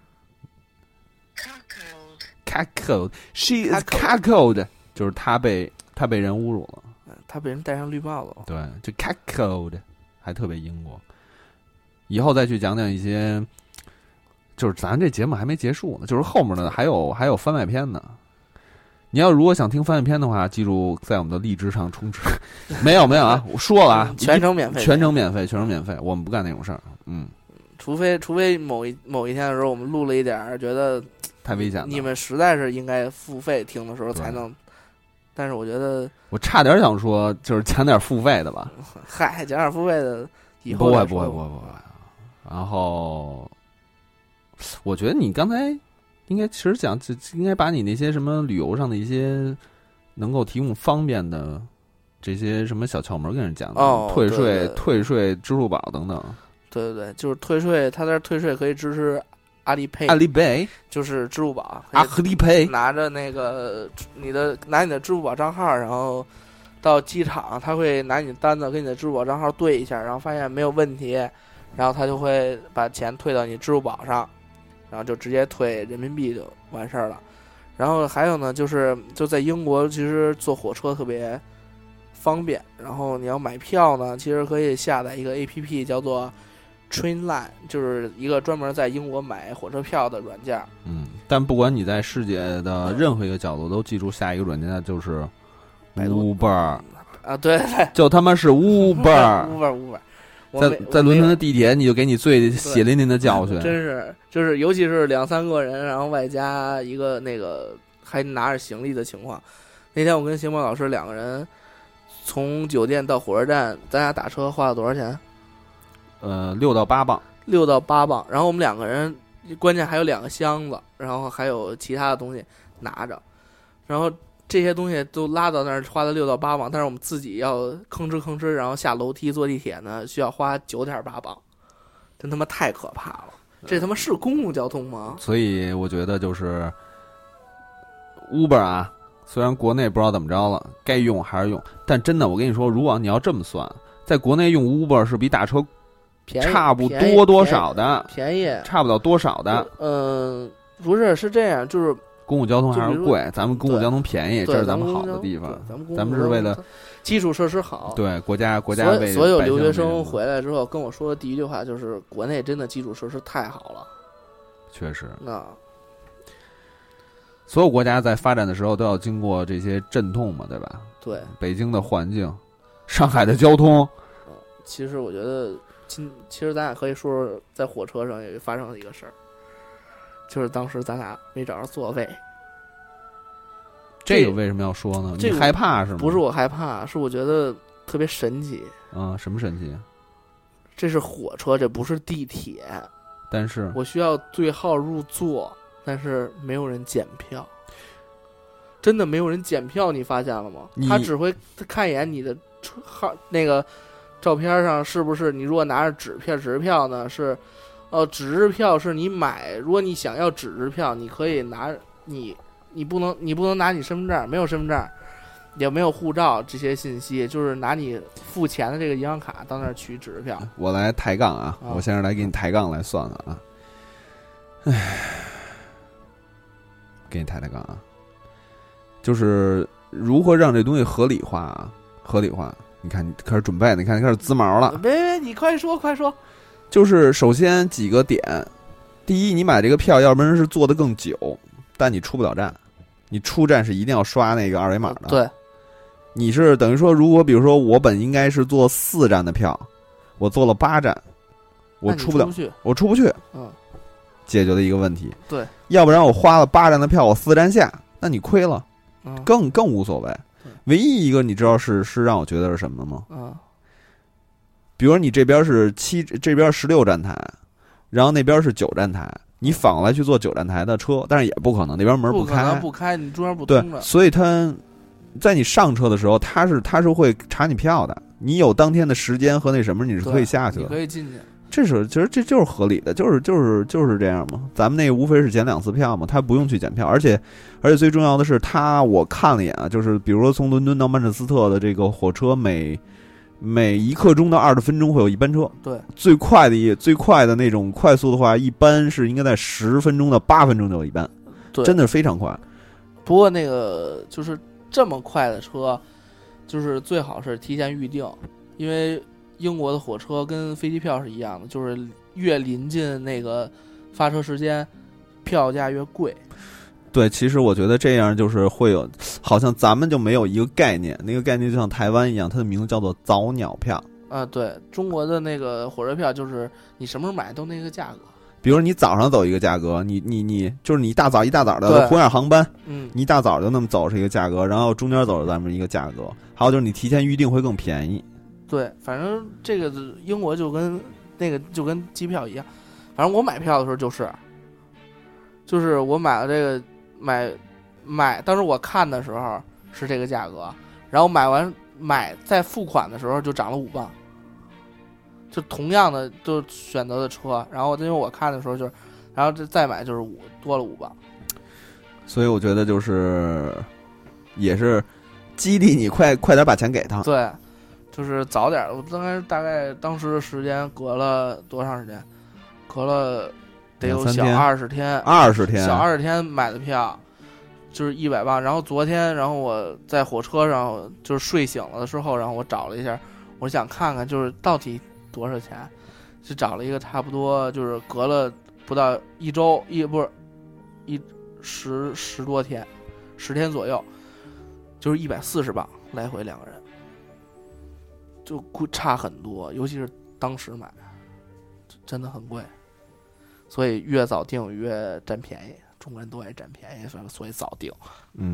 Cuckold，She is cuckold， 就是他被人侮辱了， 他被人戴上绿帽子了。 对，就 Cuckold， 还特别英国。以后再去讲一些，就是咱这节目还没结束呢，就是后面呢还有番外篇呢。你要如果想听番外篇的话，记住在我们的荔枝上充值。没有啊，我说了啊， 全程免费， 我们不干那种事儿。 除非某一天的时候，我们录了一点觉得太危险了， 你们实在是应该付费听的时候才能。但是我觉得我差点想说，就是讲点付费的吧。 嗨，讲点付费的，以后不会。然后，我觉得你刚才应该其实讲，应该把你那些什么旅游上的一些能够提供方便的这些什么小窍门跟人讲的，退税、支付宝等等。 对对对，就是退税，他那退税可以支持阿里 Pay 就是支付宝， 阿里 Pay 拿着那个拿你的支付宝账号，然后到机场，他会拿你的单子跟你的支付宝账号对一下，然后发现没有问题，然后他就会把钱退到你支付宝上，然后就直接退人民币就完事儿了。然后还有呢，就在英国，其实坐火车特别方便。然后你要买票呢，其实可以下载一个 APP 叫做 Trainline， 就是一个专门在英国买火车票的软件。 但不管你在世界的任何一个角度，都记住下一个软件就是 Uber 啊，对对， 就他妈是 Uber。在伦敦的地铁，你就给你最血淋淋的教训， 真是就是尤其是2-3个人，然后外加一个那个还拿着行李的情况。那天我跟邢宝老师2个人从酒店到火车站，咱俩打车花了多少钱 ？6到8磅。 6到8磅。然后我们2个人，关键还有2个箱子，然后还有其他的东西拿着，然后这些东西都拉到那儿，花了6到8磅，但是我们自己要吭哧，然后下楼梯坐地铁呢，需要花9.8磅，真他妈太可怕了！这他妈是公共交通吗？ 所以我觉得就是 Uber 啊，虽然国内不知道怎么着了，该用还是用，但真的我跟你说，如果你要这么算，在国内用 Uber 是比打车差不多多少的， 便宜， 差不了多少的。 不是这样，就是公共交通还是贵，咱们公共交通便宜，这是咱们好的地方。咱们是为了基础设施好。 对国家为所有留学生回来之后跟我说的第一句话就是：国内真的基础设施太好了。 确实， 那所有国家在发展的时候都要经过这些阵痛嘛，对吧？ 对， 北京的环境，上海的交通。 其实我觉得，其实咱俩可以说说在火车上也发生了一个事儿。就是当时咱俩没找着座位， 这个为什么要说呢？你害怕是吗？ 不是我害怕，是我觉得特别神奇。 什么神奇？ 这是火车，这不是地铁。 但是我需要对号入座，但是没有人检票，真的没有人检票，你发现了吗？他只会看一眼你的号，那个照片上是不是你如果拿着纸票呢是。纸质票是你买，如果你想要纸质票，你可以拿你不能拿你身份证，没有身份证，也没有护照这些信息，就是拿你付钱的这个银行卡到那儿取纸质票。 我来抬杠啊！我现在来给你抬杠来算了啊！给你抬杠啊！就是如何让这东西合理化啊？合理化，你看你开始准备，你看你开始滋毛了。 别，你快说。 就是首先几个点，第一，你买这个票，要不然是坐得更久，但你出不了站，你出站是一定要刷那个2维码的。 对， 你是等于说，如果比如说我本应该是坐4站的票，我坐了8站，我出不了，我出不去，解决了一个问题。 对， 要不然我花了8站的票，我4站下，那你亏了，更无所谓。唯一一个你知道是让我觉得是什么吗？比如你这边是这边16站台，然后那边是9站台，你反过来去坐9站台的车，但是也不可能，那边门不开， 你中间不通着。 对，所以他在你上车的时候，他是会查你票的，你有当天的时间和那什么，你是可以下去的， 你可以进去。 其实这就是合理的，就是这样嘛。咱们那个无非是检2次票嘛，他不用去检票，而且最重要的是，我看了一眼啊，就是比如说从伦敦到曼彻斯特的这个火车每1刻钟到20分钟会有一班车， 对， 最快的那种快速的话，一般是应该在10分钟到8分钟就有一班， 对， 真的非常快。 不过那个就是这么快的车，就是最好是提前预定，因为英国的火车跟飞机票是一样的，就是越临近那个发车时间，票价越贵。 对，其实我觉得这样就是会有，好像咱们就没有一个概念，那个概念就像台湾一样，它的名字叫做早鸟票。 对，中国的那个火车票就是你什么时候买都那个价格。 比如你早上走一个价格，你就是你一大早的红眼航班，你一大早就那么走是一个价格，然后中间走是咱们一个价格，还有就是你提前预定会更便宜。 对，反正这个英国就跟机票一样，反正我买票的时候就是就是我买了这个当时我看的时候是这个价格，然后在付款的时候就涨了5磅，就同样的就选择的车，然后因为我看的时候就是，然后再买就是多了5磅， 所以我觉得就是也是激励你快点把钱给他。 对，就是早点。我大概当时的时间隔了多长时间？隔了得有小20天 ，20天， 小20天买的票。就是100磅，然后昨天，然后我在火车上就是睡醒了的时候，然后我找了一下，我想看看就是到底多少钱，就找了一个差不多就是隔了不到1周十多天，10天左右，就是140磅来回2个人，就差很多，尤其是当时买，真的很贵，所以越早订越占便宜。中国人都爱占便宜，所以早订。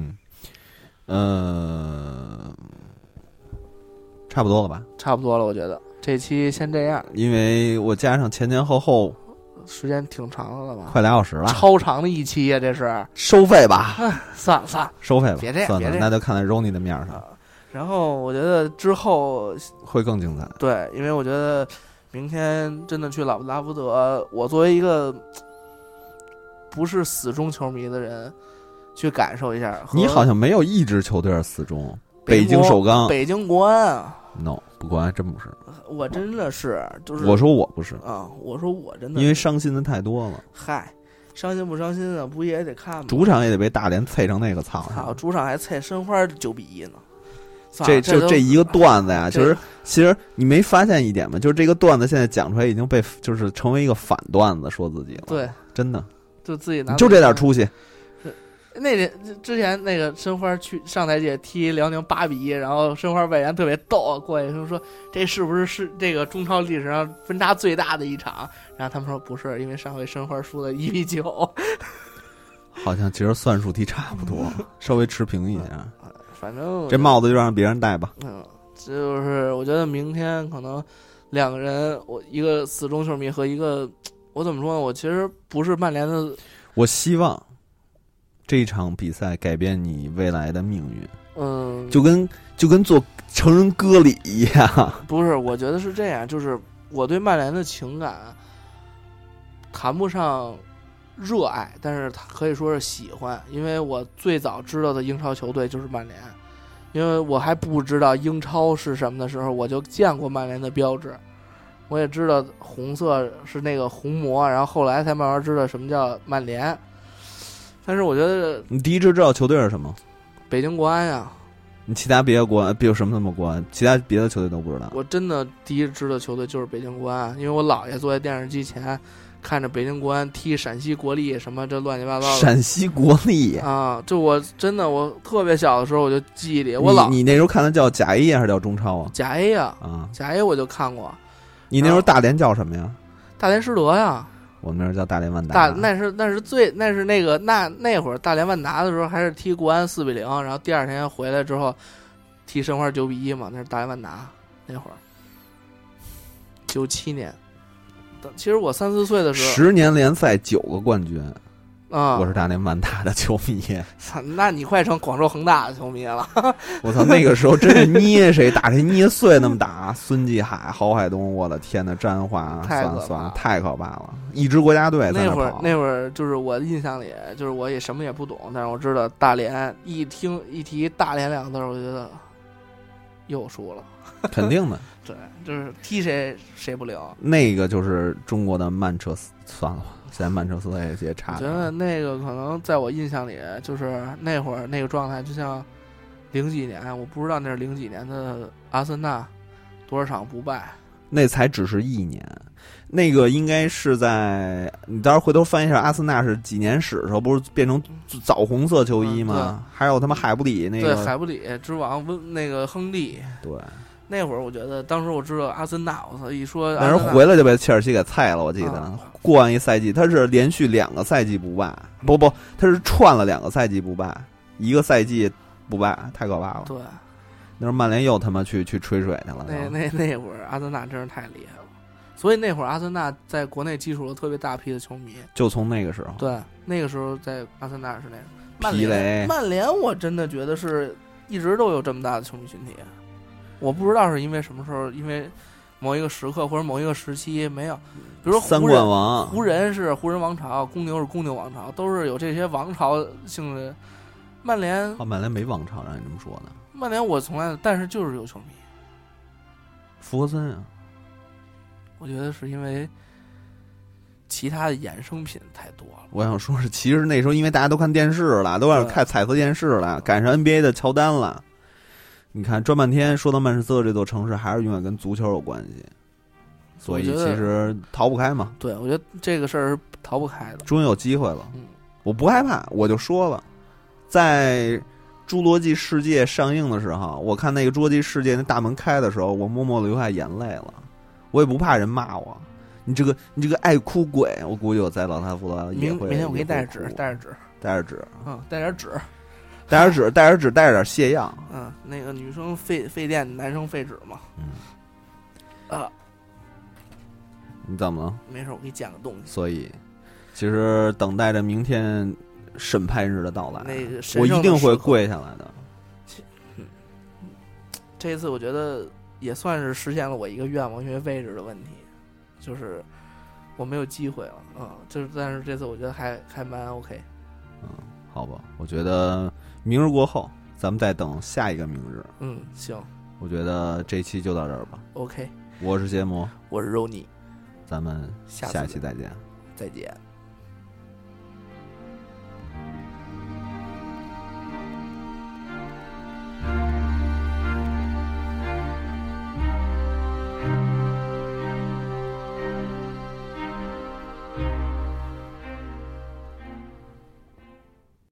差不多了吧？ 差不多了，我觉得这期先这样。 因为我加上前后时间挺长的了吧？ 快2小时了， 超长的一期呀，这是收费吧？ 算了， 收费吧， 别这样， 算了，那就看在 Ronnie 的面上。 然后我觉得之后会更精彩。 对，因为我觉得明天真的去拉福德，我作为一个不是死忠球迷的人去感受一下。 你好像没有一支球队是死忠，北京首钢、 北京国安啊。 No， 不，国安真不是。 我真的是，就是我说我不是啊，我说我真的， 因为伤心的太多了。 嗨，伤心不伤心啊？不也得看吗？ 主场也得被大连啐成那个操！ 好，主场还啐申花9-1呢。 这一个段子呀，就是其实你没发现一点吗？就是这个段子现在讲出来已经被就是成为一个反段子，说自己了。 对， 真的。 就自己拿就这点出息。 那之前那个申花去上台届踢辽宁8-1，然后申花外援特别逗，过去说这是不是这个中超历史上分差最大的一场？然后他们说不是，因为上回申花输了1-9。 好像其实算术题差不多，稍微持平一下。 反正这帽子就让别人戴吧。 就是我觉得明天可能2个人，我一个死忠球迷和一个。我怎么说呢？我其实不是曼联的。 我希望这场比赛改变你未来的命运。就跟做成人割礼一样。 不是，我觉得是这样，就是我对曼联的情感谈不上热爱，但是可以说是喜欢，因为我最早知道的英超球队就是曼联，因为我还不知道英超是什么的时候，我就见过曼联的标志。我也知道红色是那个红魔，然后后来才慢慢知道什么叫曼联。但是我觉得你第一支知道球队是什么？ 北京国安呀。 你其他别的国安，比如什么什么国安，其他别的球队都不知道。 我真的第一知道球队就是北京国安，因为我姥爷坐在电视机前看着北京国安踢陕西国力什么这乱七八糟的。 陕西国力啊！就我真的我特别小的时候我就记忆里，你那时候看的叫甲 A 还是叫中超啊？ 甲 A 呀，甲 A 我就看过。 你那时候大连叫什么呀？ 大连实德呀。 我们那时候叫大连万达。 那是那会儿大连万达的时候还是踢国安4-0，然后第2天回来之后踢申花9-1嘛，那是大连万达那会儿。97年，其实我3-4岁的时候 ，10年联赛9个冠军。 啊！ 我是大连万达的球迷。 操，那你快成广州恒大的球迷了！ 我操，那个时候真是捏谁打谁捏碎那么打。孙继海、郝海东，我的天呐，詹华，算了，太可怕了！一支国家队在那会儿就是我印象里，就是我也什么也不懂，但是我知道大连一提大连2个字，我觉得又输了。 肯定的， 对，就是踢谁不灵。 那个就是中国的曼彻斯，算了吧。现在曼彻斯特也差。 我觉得那个可能在我印象里，就是那会儿那个状态，就像00几年，我不知道那是00几年的阿森纳多少场不败。 那才只是1年，那个应该是在你到时候回头翻一下阿森纳是几年史的时候，不是变成枣红色球衣吗？还有他妈海布里那个。 对，海布里之王那个亨利。 对。 那会儿我觉得，当时我知道阿森纳，我操，一说那人回来就被切尔西给菜了，我记得过完一赛季，他是连续2个赛季不败，不，他是串了2个赛季不败，1个赛季不败，太可怕了。 对， 那时候曼联又他妈去吹水去了。 那会儿阿森纳真是太厉害了， 所以那会儿阿森纳在国内基础了特别大批的球迷。 就从那个时候， 对，那个时候在阿森纳是那样。 皮雷曼联我真的觉得是一直都有这么大的球迷群体，我不知道是因为什么时候，因为某一个时刻或者某一个时期没有，比如说三冠王， 湖人是湖人王朝，公牛是公牛王朝，都是有这些王朝性的。曼联没王朝，让你这么说呢？ 曼联我从来，但是就是有球迷。 福格森啊， 我觉得是因为其他的衍生品太多了。 我想说是，其实那时候因为大家都看电视了，都看彩色电视了，赶上 NBA 的乔丹了。你看转半天说到曼彻斯特这座城市，还是永远跟足球有关系，所以其实逃不开嘛。 对，我觉得这个事儿是逃不开的。 终于有机会了，我不害怕，我就说了，在《侏罗纪世界》上映的时候，我看那个《侏罗纪世界》那大门开的时候，我默默流下眼泪了。我也不怕人骂我，你这个爱哭鬼，我估计我在老塔夫罗也会。 明天我给你带着纸，带着纸， 带点纸。带着点泻药。 那个女生费电，男生废纸嘛。 你怎么了？ 没事，我给你讲个东西。 所以，其实等待着明天审判日的到来， 那个我一定会跪下来的。 这一次我觉得也算是实现了我一个愿望，因为位置的问题，就是我没有机会了但是这次我觉得还蛮 OK。 好吧，我觉得明日过后，咱们再等下一个明日。 行。 我觉得这期就到这儿吧。 OK。 我是邪魔， 我是肉泥， 咱们下期再见。 再见。